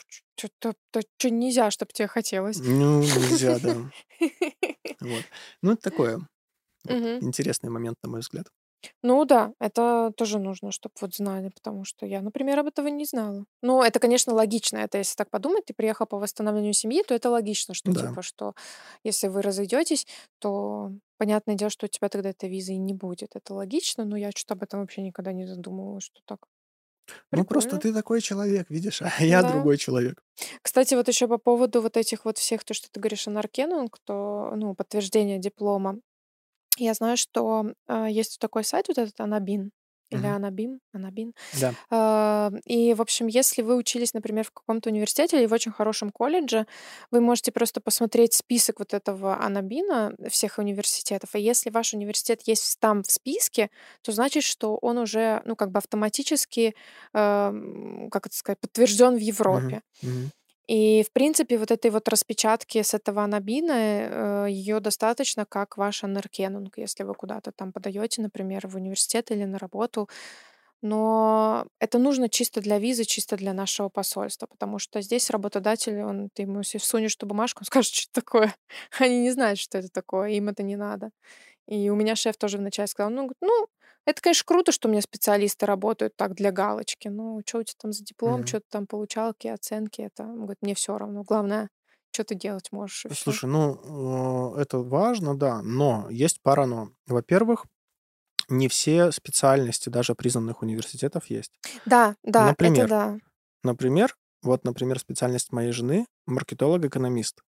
Что нельзя, чтобы тебе хотелось. Ну, нельзя, да. Вот. Ну, это такое. Вот. Мгм. Интересный момент, на мой взгляд. Ну да, это тоже нужно, чтобы вот знали, потому что я, например, об этого не знала. Ну, это, конечно, логично. Это если так подумать, ты приехал по восстановлению семьи, то это логично, что Да. типа, что если вы разойдетесь, то понятное дело, что у тебя тогда этой визы и не будет. Это логично, но я что-то об этом вообще никогда не задумывалась, что так. Ну, просто Прикольно. ты такой человек, видишь, а я Да. другой человек. Кстати, вот еще по поводу вот этих вот всех, то, что ты говоришь, анаркенунг, то, ну, подтверждение диплома. Я знаю, что есть вот такой сайт, вот этот Анабин, или Мгм. Анабин. Да. И, в общем, если вы учились, например, в каком-то университете или в очень хорошем колледже, вы можете просто посмотреть список вот этого Анабина всех университетов. И если ваш университет есть там в списке, то значит, что он уже, ну, как бы автоматически, как это сказать, подтвержден в Мгм. Европе. Мгм. И, в принципе, вот этой вот распечатки с этого анабина, ее достаточно, как ваш анаркенунг, если вы куда-то там подаете, например, в университет или на работу. Но это нужно чисто для визы, чисто для нашего посольства, потому что здесь работодатель, ты ему если всунешь эту бумажку, он скажет, что это такое. Они не знают, что это такое, им это не надо. И у меня шеф тоже вначале сказал, ну, говорит, ну, это, конечно, круто, что у меня специалисты работают так для галочки. Ну, что у тебя там за диплом, Мгм. что ты там получал, какие оценки, это, он говорит, мне все равно. Главное, что ты делать можешь, и все. Слушай, ну, это важно, да, но есть пара но. Во-первых, не все специальности даже признанных университетов есть. Да, да, это Например, да. например, специальность моей жены — маркетолог-экономист.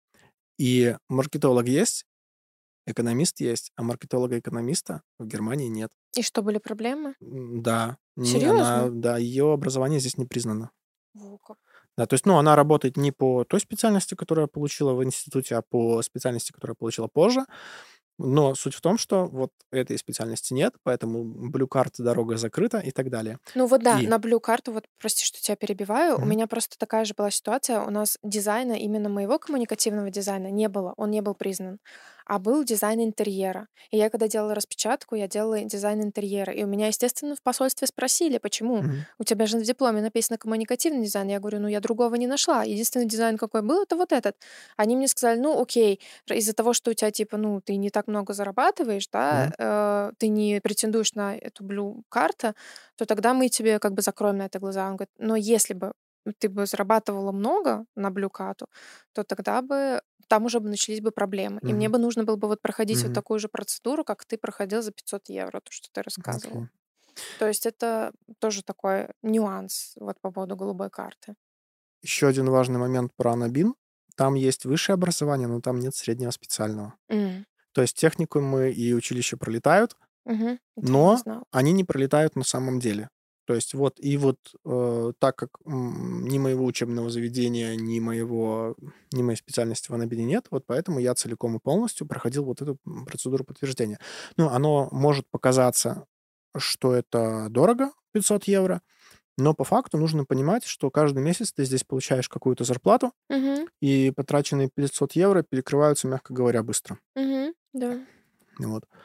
И маркетолог есть, экономист есть, а маркетолога-экономиста в Германии нет. И что, были проблемы? Да, Серьезно? да, ее образование здесь не признано. Во как. Да, то есть, ну, она работает не по той специальности, которую я получила в институте, а по специальности, которую я получила позже. Но суть в том, что вот этой специальности нет, поэтому Blue Card дорога закрыта и так далее. Ну вот да, И на Blue карту, вот прости, что тебя перебиваю, у Мгм. меня просто такая же была ситуация. У нас дизайна, именно моего коммуникативного дизайна не было, он не был признан, а был дизайн интерьера. И я когда делала распечатку, я делала дизайн интерьера. И у меня, естественно, в посольстве спросили, почему? Мгм. У тебя же в дипломе написано коммуникативный дизайн. Я говорю, ну я другого не нашла. Единственный дизайн, какой был, это вот этот. Они мне сказали, ну окей, из-за того, что у тебя, типа, ну, ты не так много зарабатываешь, да, Мгм. ты не претендуешь на эту Blue карту, то тогда мы тебе как бы закроем на это глаза. Он говорит, но если бы ты бы зарабатывала много на блюкату, то тогда бы там уже бы начались бы проблемы. И мне Мгм. бы нужно было бы вот проходить вот Мгм. такую же процедуру, как ты проходил за 500 евро, то, что ты рассказывал. Окей. То есть это тоже такой нюанс вот по поводу голубой карты. Еще один важный момент про Анабин. Там есть высшее образование, но там нет среднего специального. М, То есть техникумы и училища пролетают, мгм. Это я не но знала. они не пролетают на самом деле. То есть вот, и вот так как ни моего учебного заведения, ни моей специальности в Анабине нет, вот поэтому я целиком и полностью проходил вот эту процедуру подтверждения. Ну, оно может показаться, что это дорого, 500 евро, но по факту нужно понимать, что каждый месяц ты здесь получаешь какую-то зарплату, Мгм, и потраченные 500 евро перекрываются, мягко говоря, быстро. мгм, да. Вот.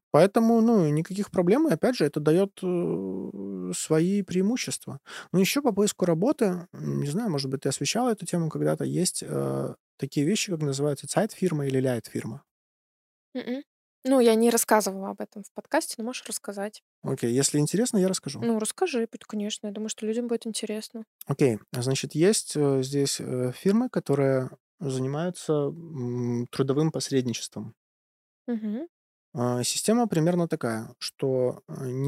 Поэтому, никаких проблем. И опять же, это дает свои преимущества. Ну, еще по поиску работы, не знаю, может быть, ты освещала эту тему когда-то, есть такие вещи, как называются сайт-фирма или ляйт-фирма. Мгм. Ну, я не рассказывала об этом в подкасте, но можешь рассказать. Окей, если интересно, я расскажу. Ну, расскажи, конечно. Я думаю, что людям будет интересно. Окей, значит, есть здесь фирмы, которые занимаются трудовым посредничеством. Мгм. Система примерно такая, что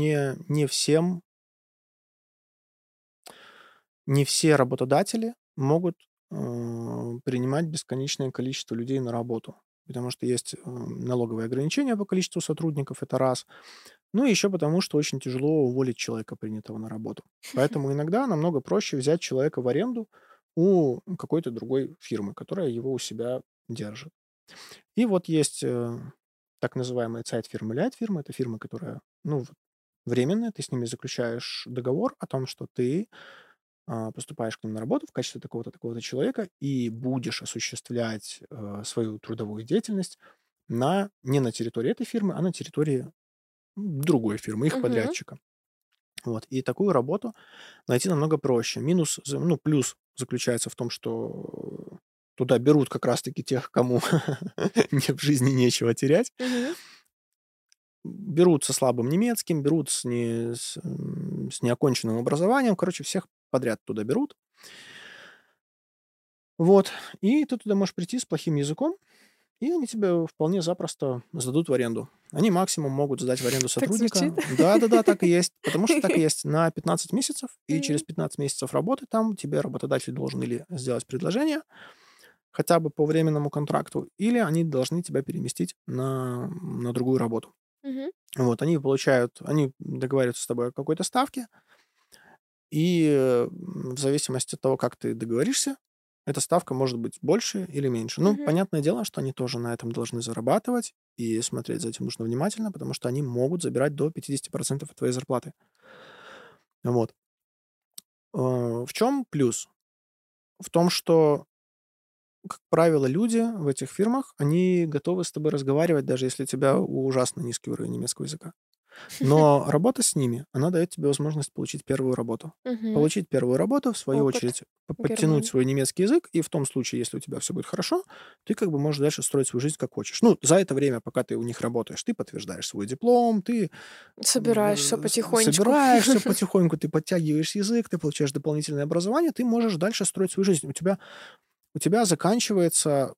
не все работодатели могут принимать бесконечное количество людей на работу, потому что есть налоговые ограничения по количеству сотрудников, это раз. Ну и еще потому, что очень тяжело уволить человека, принятого на работу. Поэтому иногда намного проще взять человека в аренду у какой-то другой фирмы, которая его у себя держит. И вот есть так называемые сайт-фирмы, ляйт-фирмы. Это фирмы, которая, временная. Ты с ними заключаешь договор о том, что ты поступаешь к ним на работу в качестве такого-то, такого-то человека и будешь осуществлять свою трудовую деятельность не на территории этой фирмы, а на территории другой фирмы, их Мгм. подрядчика. Вот. И такую работу найти намного проще. Плюс заключается в том, что туда берут как раз-таки тех, кому в жизни нечего терять. Мгм. Берут со слабым немецким, берут с неоконченным образованием. Короче, всех подряд туда берут. Вот. И ты туда можешь прийти с плохим языком, и они тебя вполне запросто сдадут в аренду. Они максимум могут сдать в аренду Так звучит. сотрудника. Да-да-да, так и есть. Потому что так и есть. На 15 месяцев, и через Мгм. 15 месяцев работы там тебе работодатель должен или сделать предложение, хотя бы по временному контракту, или они должны тебя переместить на другую работу. Мгм. Вот, они договариваются с тобой о какой-то ставке, и в зависимости от того, как ты договоришься, эта ставка может быть больше или меньше. Ну, Мгм. понятное дело, что они тоже на этом должны зарабатывать, и смотреть за этим нужно внимательно, потому что они могут забирать до 50% от твоей зарплаты. Вот. В чем плюс? В том, что, как правило, люди в этих фирмах, они готовы с тобой разговаривать, даже если у тебя ужасно низкий уровень немецкого языка. Но работа с ними, она дает тебе возможность получить первую работу. Мгм. Получить первую работу, в свою Опыт очередь, в подтянуть Германии. свой немецкий язык, и в том случае, если у тебя все будет хорошо, ты как бы можешь дальше строить свою жизнь как хочешь. Ну, за это время, пока ты у них работаешь, ты подтверждаешь свой диплом, ты Собираешься потихонечку. собираешься потихоньку, ты подтягиваешь язык, ты получаешь дополнительное образование, ты можешь дальше строить свою жизнь. У тебя заканчивается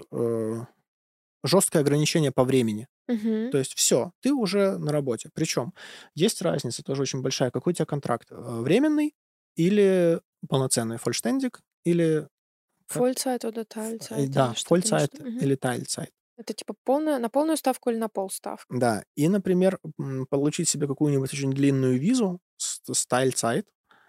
жесткое ограничение по времени. Мгм. То есть все, ты уже на работе. Причем есть разница тоже очень большая. Какой у тебя контракт? Временный или полноценный? Фольштендик или как? Vollzeit oder Teilzeit или Да, что-то Vollzeit между. Мгм. или Teilzeit. Это типа на полную ставку или на полставку? Да. И, например, получить себе какую-нибудь очень длинную визу с Teilzeit —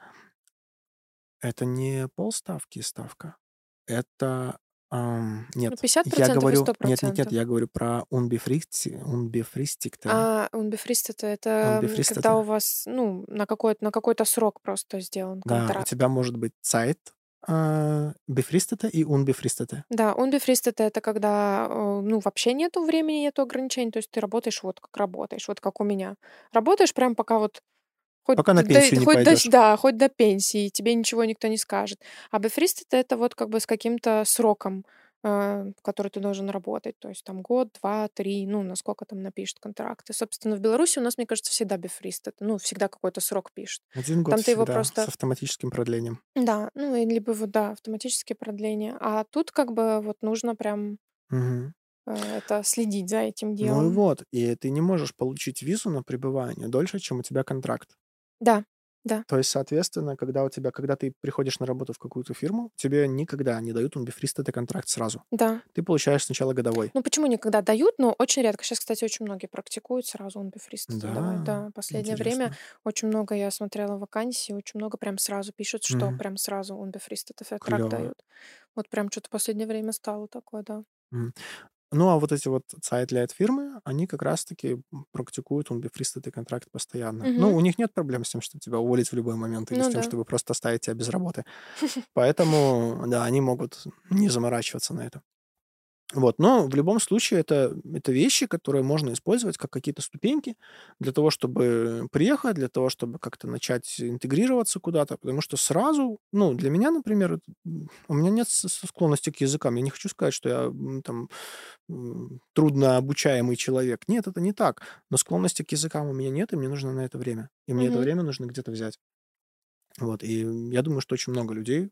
это не полставки ставка. Это, Ну, нет, я 50% и говорю нет, 100%. я говорю про unbefristete. Unbefristet — это когда Unbefristete. у вас, ну, на какой-то срок просто сделан Да, у контракт. тебя может быть Zeit, befristete и unbefristete. Да, unbefristet — это когда, ну, вообще нету времени, нету ограничений, то есть ты работаешь вот как работаешь, вот как у меня. Работаешь прям пока вот хоть Пока на до пенсию не хоть до пойдешь. да, хоть до пенсии, тебе ничего никто не скажет. А befristet — это вот как бы с каким-то сроком, который ты должен работать. То есть там год, 2, 3, ну, насколько там напишет контракт. И, собственно, в Беларуси у нас, мне кажется, всегда befristet. Ну, всегда какой-то срок пишет. 1 год Там ты его всегда с просто автоматическим продлением. да, ну, и либо вот, да, автоматические продления. А тут как бы вот нужно прям, Мгм. это следить за этим Ну и делом. вот, и ты не можешь получить визу на пребывание дольше, чем у тебя контракт. Да, да, То есть, соответственно, когда ты приходишь на работу в какую-то фирму, тебе никогда не дают unbefristete контракт сразу. да. Ты получаешь сначала годовой. Ну, почему никогда дают, но очень редко. Сейчас, кстати, очень многие практикуют сразу unbefristet давать. Да, Да, последнее время интересно. очень много я смотрела вакансий, очень много прям сразу пишут, что Мгм. прям сразу unbefristet контракт Клево. дают. Вот прям что-то последнее время стало такое, да. Ну, а вот эти вот сайт-лайт-фирмы, они как раз-таки практикуют unbefristete контракт постоянно. Ну, Мгм. у них нет проблем с тем, чтобы тебя уволить в любой момент или с Ну тем, да. чтобы просто оставить тебя без работы. Поэтому, да, они могут не заморачиваться на это. Вот, но в любом случае это вещи, которые можно использовать как какие-то ступеньки для того, чтобы приехать, для того, чтобы как-то начать интегрироваться куда-то, потому что сразу, ну, для меня, например, у меня нет склонности к языкам. Я не хочу сказать, что я там трудно обучаемый человек. Нет, это не так. Но склонности к языкам у меня нет, и мне нужно на это время. И мне это Мгм. время нужно где-то взять. Вот, и я думаю, что очень много людей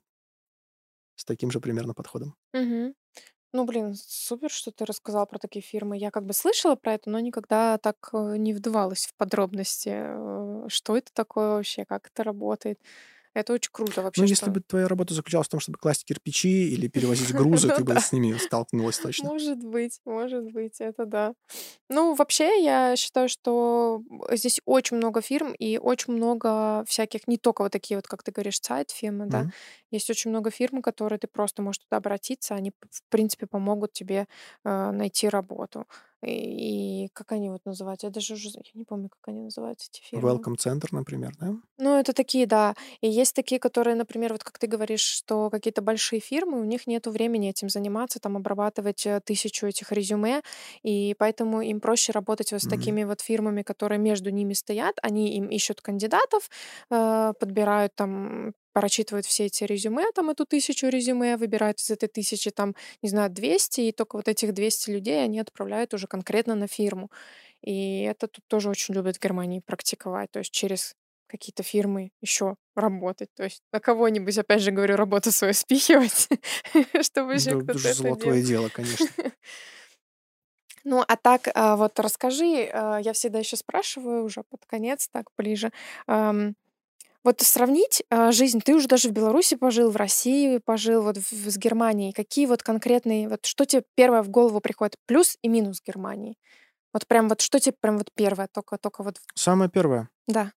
с таким же примерно подходом. Мгм. Ну, блин, супер, что ты рассказал про такие фирмы. Я как бы слышала про это, но никогда так не вдавалась в подробности. Что это такое вообще, как это работает. Это очень круто Ну, вообще, если что... бы твоя работа заключалась в том, чтобы класть кирпичи или перевозить грузы, Ну ты бы да. с ними столкнулась точно. Может быть, это да. Ну, вообще, я считаю, что здесь очень много фирм и очень много всяких, не только вот такие вот, как ты говоришь, сайт-фирмы, да. Мгм. Есть очень много фирм, которые ты просто можешь туда обратиться, они, в принципе, помогут тебе найти работу. И как они вот называются? Я даже уже, я не помню, как они называются, эти фирмы. Welcome центр, например, да? Ну, это такие, да. И есть такие, которые, например, вот как ты говоришь, что какие-то большие фирмы, у них нету времени этим заниматься, там, обрабатывать 1000 этих резюме, и поэтому им проще работать вот с Мгм. такими вот фирмами, которые между ними стоят, они им ищут кандидатов, подбирают там, прочитывают все эти резюме, там, эту 1000 резюме, выбирают из этой 1000, там, не знаю, 200, и только вот этих 200 людей они отправляют уже конкретно на фирму. И это тут тоже очень любят в Германии практиковать, то есть через какие-то фирмы еще работать. То есть на кого-нибудь, опять же говорю, работу свою спихивать, чтобы еще Да, это кто-то же это делал. золотое дело, конечно. Ну, а так, вот расскажи, я всегда еще спрашиваю уже под конец, так ближе. ам, Вот сравнить жизнь, ты уже даже в Беларуси пожил, в России пожил, вот с Германией. Какие вот конкретные, вот что тебе первое в голову приходит, плюс и минус Германии? Вот прям вот что тебе прям вот первое, только вот, Самое первое. да.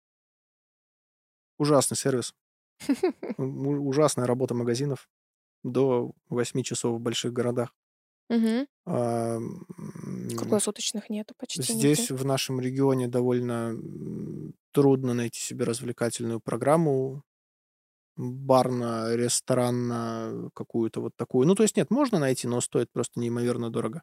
Ужасный сервис. Ужасная работа магазинов до 8 часов в больших городах. Мгм. А, Круглосуточных нету почти нигде. Здесь, в нашем регионе, довольно трудно найти себе развлекательную программу, барно-ресторанно какую-то вот такую. Ну, то есть нет, можно найти, но стоит просто неимоверно дорого.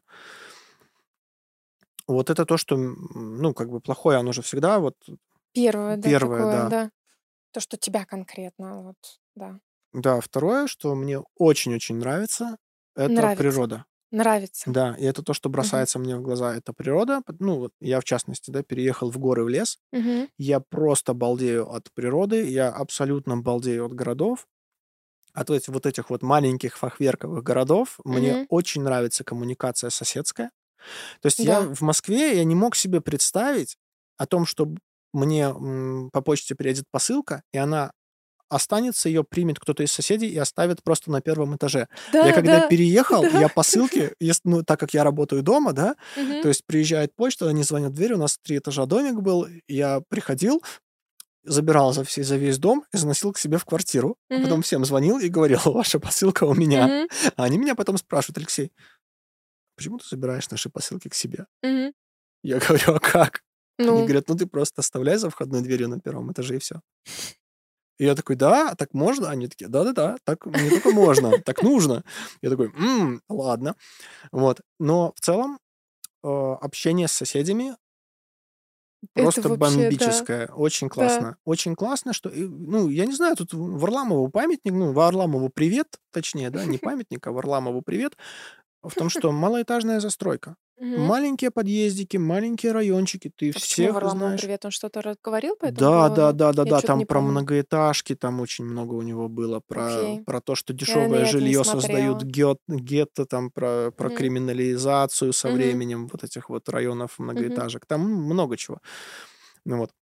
Вот это то, что, ну, как бы плохое, оно же всегда вот Первое, да, первое, такое, да. да. То, что тебя конкретно, вот, да. Да, второе, что мне очень-очень нравится, это Нравится. природа. Нравится. Да, и это то, что Мгм. бросается мне в глаза, это природа. Ну, вот я, в частности, да, переехал в горы, в лес. Мгм. Я просто балдею от природы, я абсолютно балдею от городов. Вот этих вот маленьких фахверковых городов мне Мгм. очень нравится коммуникация соседская. То есть я Да. в Москве, я не мог себе представить о том, что мне по почте приедет посылка, и она останется, ее примет кто-то из соседей и оставит просто на первом этаже. Я Да, когда да, переехал, да. я посылки, ну, так как я работаю дома, да, Мгм. то есть приезжает почта, они звонят в дверь, у нас 3 этажа домик был, я приходил, забирал за весь дом и заносил к себе в квартиру, а Мгм. потом всем звонил и говорил: "Ваша посылка у меня". Мгм. А они меня потом спрашивают: "Алексей, почему ты забираешь наши посылки к себе?" Мгм. Я говорю: "А как?" Они Ну, говорят: "Ну, ты просто оставляй за входной дверью на первом этаже, и все". И я такой: "Да, так можно?" Они такие: "Да-да-да, так не только можно, так нужно". Я такой: ладно". Вот. Но в целом, общение с соседями это просто вообще, да, бомбическое. Очень да. классно. Очень классно, что, ну, я не знаю, тут Варламову памятник, ну, Варламову привет, точнее, да, не памятник, а Варламову привет. В том, что малоэтажная застройка. Мгм. Маленькие подъездики, маленькие райончики, ты А почему всех Варламову знаешь. привет? Он что-то говорил по этому Да, да, поводу? да, да, Я да, что то там не про помню. многоэтажки, там очень много у него было, Окей. про то, что Я, наверное, дешевое я это не жилье создают смотрела. гетто, там про Мгм. криминализацию со Мгм. временем вот этих вот районов Мгм. многоэтажек. Там много чего. Ну вот.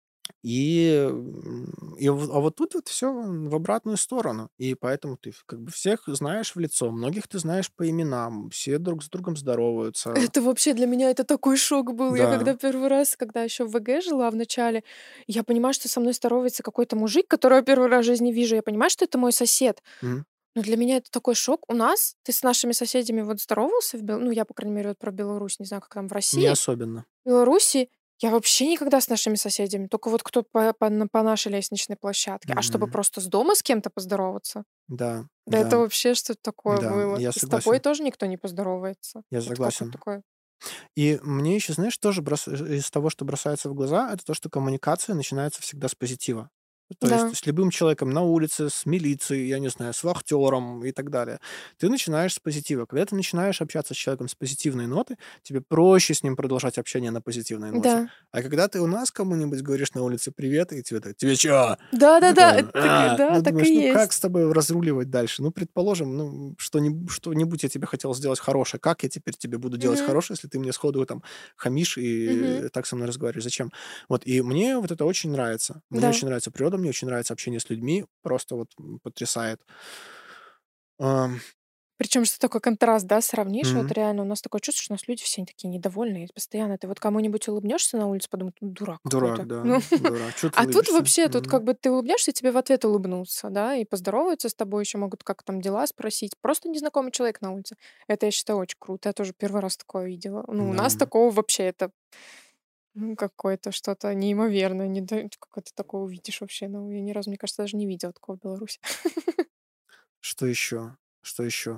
А вот тут вот все в обратную сторону. И поэтому ты как бы всех знаешь в лицо, многих ты знаешь по именам, все друг с другом здороваются. Это вообще для меня это такой шок был. Я Да. когда первый раз, когда еще в ВГ жила в начале, я понимаю, что со мной здоровается какой-то мужик, которого я первый раз в жизни вижу. Я понимаю, что это мой сосед. Мгм. Но для меня это такой шок. У нас ты с нашими соседями вот здоровался ну, я, по крайней мере, вот про Беларусь, не знаю, как там в Не России. особенно. В Беларуси Я вообще никогда с нашими соседями, только вот кто по нашей лестничной площадке. А чтобы Мгм. просто с дома с кем-то поздороваться? Да, Да это да, вообще что-то такое да, было. я И с тобой согласен. тоже никто не поздоровается. Я Это какое-то согласен. такое. И мне еще, знаешь, тоже из того, что бросается в глаза, это то, что коммуникация начинается всегда с позитива. То есть Да, с любым человеком на улице, с милицией, я не знаю, с вахтером и так далее. Ты начинаешь с позитива. Когда ты начинаешь общаться с человеком с позитивной ноты, тебе проще с ним продолжать общение на позитивной ноте. да. А когда ты у нас кому-нибудь говоришь на улице привет, и тебе так, тебе чё? Ты Да-да-да, такой, это так, да, ну, так думаешь, и ну как есть. с тобой разруливать дальше? Ну, предположим, ну, что-нибудь я тебе хотел сделать хорошее. Как я теперь тебе буду делать Мгм, хорошее, если ты мне сходу там хамишь мгм. и так со мной разговариваешь? Зачем? Вот, и мне вот это очень нравится. Мне Да. очень нравится природа, мне очень нравится общение с людьми. Просто вот потрясает. Ам, Причем, что такой контраст, да, сравнишь, вот м, реально у нас такое чувство, что у нас люди все такие недовольные постоянно. Ты вот кому-нибудь улыбнешься на улице, подумают, ну, дурак Дурак, какой-то. да, Ну, дурак. Чё ты а тут улыбишься? вообще, тут как бы ты улыбнешься, тебе в ответ улыбнутся, да, и поздороваются с тобой, еще могут как там дела спросить. Просто незнакомый человек на улице. Это, я считаю, очень круто. Я тоже первый раз такое видела. Ну, у Да. нас такого вообще это какое-то что-то неимоверное. Как это такое увидишь вообще? Ну, я ни разу, мне кажется, даже не видела такого в Беларуси. Что еще? Что еще?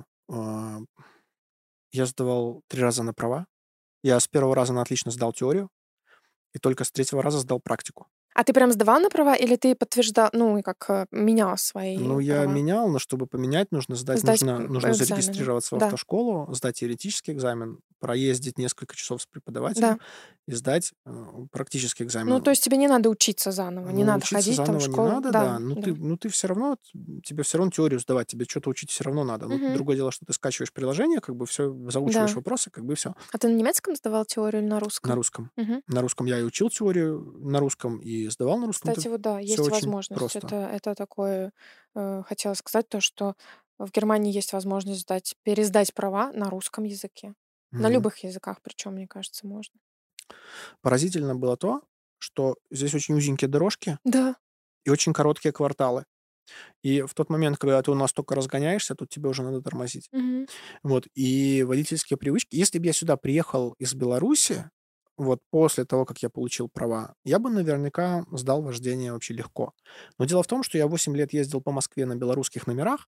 Я сдавал 3 раза на права. Я с первого раза на отлично сдал теорию, и только с третьего раза сдал практику. А ты прям сдавал на права или ты подтверждал, ну, и как менял свои Ну, я права? менял, но чтобы поменять, нужно сдать, Сдать нужно экзамены. зарегистрироваться в Да, автошколу, сдать теоретический экзамен, проездить несколько часов с да. преподавателем и сдать практический Ну, то экзамен. есть тебе не надо учиться заново, не Ну, надо учиться ходить там в заново не школу. надо, Да, да. да. Ну, ты все равно, тебе все равно теорию сдавать, тебе что-то учить все равно надо. Ну, Мгм. другое дело, что ты скачиваешь приложение, как бы все заучиваешь Да. вопросы, как бы все А ты на немецком сдавал теорию или на на русском? русском. Мгм. На русском я и учил теорию на русском, и сдавал на русском. Это Кстати, вот да, все есть очень возможность. просто. Это такое, хотела сказать то, что в Германии есть возможность пересдать права на русском языке. На Мгм. любых языках, причем, мне кажется, можно. Поразительно было то, что здесь очень узенькие дорожки Да. и очень короткие кварталы. И в тот момент, когда ты у нас только разгоняешься, тут тебе уже надо тормозить. Мгм. Вот, и водительские привычки. Если бы я сюда приехал из Беларуси, вот после того, как я получил права, я бы наверняка сдал вождение вообще легко. Но дело в том, что я 8 лет ездил по Москве на белорусских номерах.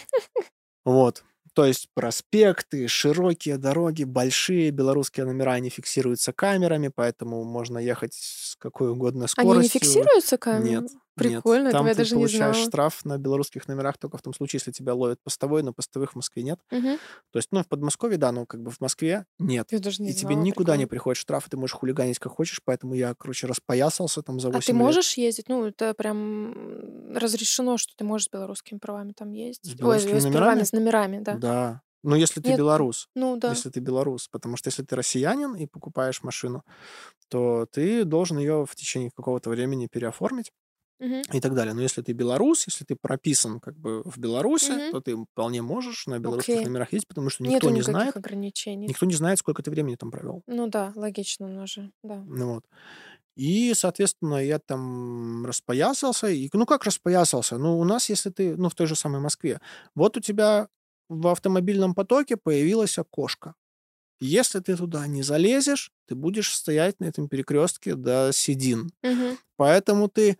Вот. То есть проспекты, широкие дороги, большие белорусские номера, они фиксируются камерами, поэтому можно ехать с какой угодно Они не скоростью. фиксируются Нет, камерами? нет. Прикольно, этого Там я ты даже не получаешь знала. штраф на белорусских номерах только в том случае, если тебя ловят постовой, но постовых в Москве нет. Мгм. То есть, ну, в Подмосковье, да, но как бы в Москве нет. Я даже не И тебе знала, никуда не прикольно. приходит штраф, и ты можешь хулиганить как хочешь, поэтому я, короче, распоясался там за А ты 8 лет можешь ездить? Ну, это прям разрешено, что ты можешь с белорусскими правами там с ездить. Ой, белорусскими с правами, номерами. с номерами, да. Да. Ну, если ты Нет? белорус. Ну да. Если ты белорус. Потому что если ты россиянин и покупаешь машину, то ты должен ее в течение какого-то времени переоформить Мгм. и так далее. Но если ты белорус, если ты прописан как бы в Беларуси, Мгм. то ты вполне можешь на белорусских Окей. номерах ездить, потому что Нету никаких ограничений. никто не знает, сколько ты времени там провел. Ну да, логично у нас же, да. Ну вот. И, соответственно, я там распоясался. И, ну, как распоясался? Ну, у нас, если ты, ну, в той же самой Москве, вот у тебя в автомобильном потоке появилось окошко. Если ты туда не залезешь, ты будешь стоять на этом перекрестке до седин. Мгм. Поэтому ты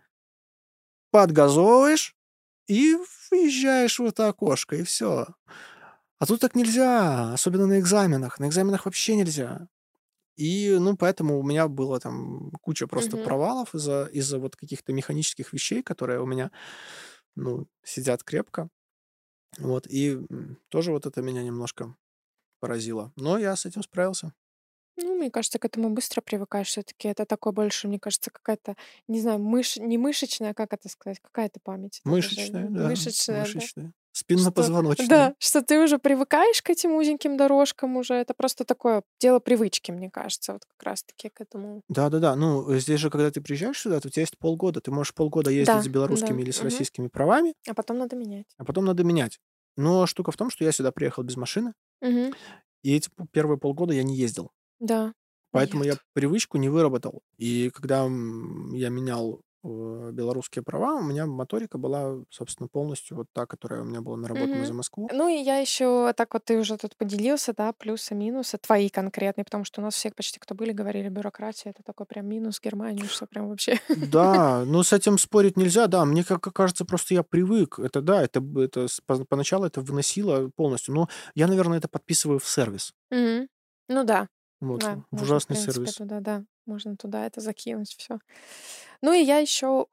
подгазовываешь и въезжаешь в это окошко, и все. А тут так нельзя, особенно на экзаменах. На экзаменах вообще нельзя. И, ну, поэтому у меня было там куча просто Мгм. провалов из-за вот каких-то механических вещей, которые у меня, ну, сидят крепко. Вот, и тоже вот это меня немножко поразило. Но я с этим справился. Ну, мне кажется, к этому быстро привыкаешь. Все-таки это такое больше, мне кажется, какая-то, не знаю, не мышечная, как это сказать, какая-то память. Это даже Мышечные, да, мышечная, да. мышечные. Что, Спиннопозвоночные. да, что ты уже привыкаешь к этим узеньким дорожкам уже. Это просто такое дело привычки, мне кажется, вот как раз-таки к этому. Да-да-да. Ну, здесь же, когда ты приезжаешь сюда, то у тебя есть полгода. Ты можешь полгода ездить с Да, да. белорусскими или с Мгм. российскими правами, А потом надо менять. а потом надо менять. Но штука в том, что я сюда приехал без машины, Мгм. и эти первые полгода я не ездил. Да. Поэтому я Нет. привычку не выработал. И когда, я менял белорусские права, у меня моторика была, собственно, полностью вот та, которая у меня была наработана за Мгм. Москву. Ну и я еще так вот ты уже тут поделился, да, плюсы, минусы твои конкретные, потому что у нас все почти, кто были, говорили, бюрократия это такой прям минус Германии, что прям вообще. Да, ну с этим спорить нельзя, да. Мне как кажется, просто я привык. Это да, поначалу это выносило полностью. Но я, наверное, это подписываю в сервис. Мгм. Ну да, Вот, да, в можно, в ужасный принципе, сервис. туда, да, можно туда это закинуть, все. Ну и я еще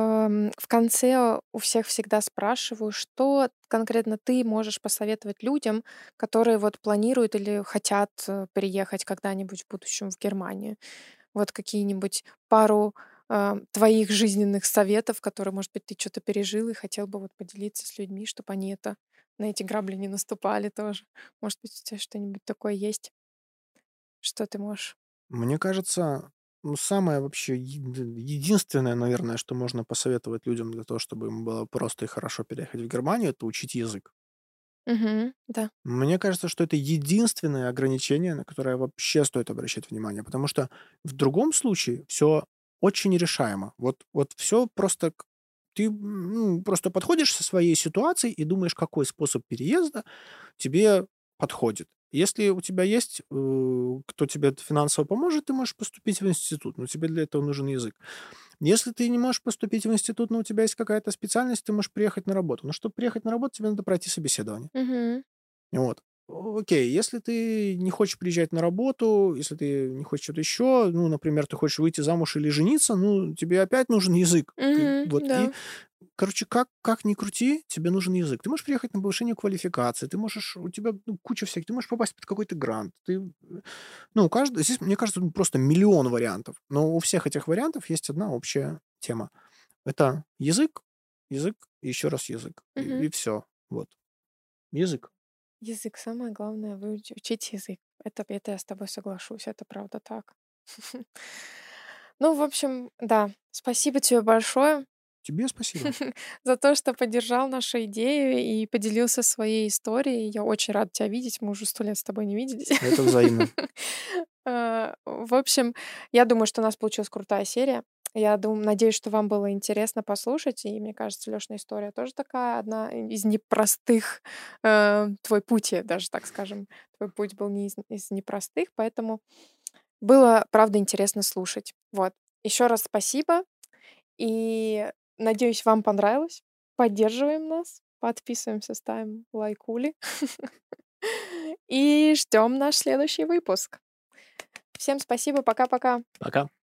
в конце у всех всегда спрашиваю, что конкретно ты можешь посоветовать людям, которые вот планируют или хотят переехать когда-нибудь в будущем в Германию. Вот какие-нибудь пару твоих жизненных советов, которые, может быть, ты что-то пережил и хотел бы вот поделиться с людьми, чтобы они на эти грабли не наступали тоже. Может быть, у тебя что-нибудь такое есть, что ты можешь? Мне кажется, ну, самое вообще единственное, наверное, что можно посоветовать людям для того, чтобы им было просто и хорошо переехать в Германию, это учить язык. Мгм. Да. Мне кажется, что это единственное ограничение, на которое вообще стоит обращать внимание, потому что в другом случае все очень решаемо. Вот все просто ты просто подходишь со своей ситуацией и думаешь, какой способ переезда тебе подходит. Если у тебя есть, кто тебе финансово поможет, ты можешь поступить в институт, но тебе для этого нужен язык. Если ты не можешь поступить в институт, но у тебя есть какая-то специальность, ты можешь приехать на работу. Но чтобы приехать на работу, тебе надо пройти собеседование. Мгм. Вот. Окей, если ты не хочешь приезжать на работу, если ты не хочешь что-то еще, ну, например, ты хочешь выйти замуж или жениться, ну, тебе опять нужен язык. Мгм. Вот, Да. и, короче, как ни крути, тебе нужен язык. Ты можешь приехать на повышение квалификации, ты можешь, у тебя куча всяких, ты можешь попасть под какой-то грант. Ну, каждый, здесь, мне кажется, просто миллион вариантов. Но у всех этих вариантов есть одна общая тема. Это язык и еще раз язык. Мгм. И все. Вот. Язык. Язык. Самое главное учить язык. Это я с тобой соглашусь. Это правда так. Ну, в общем, да. Спасибо тебе большое Тебе спасибо. за то, что поддержал нашу идею и поделился своей историей. Я очень рада тебя видеть. Мы уже 100 лет с тобой не виделись. Это взаимно. В общем, я думаю, что у нас получилась крутая серия. Надеюсь, что вам было интересно послушать. И мне кажется, Лёшина история тоже такая, одна из непростых. Твой путь, даже так скажем. Твой путь был не из непростых, поэтому было, правда, интересно слушать. Вот. Еще раз спасибо. И надеюсь, вам понравилось. Поддерживаем нас, подписываемся, ставим лайкули. И ждем наш следующий выпуск. Всем спасибо, пока-пока. Пока.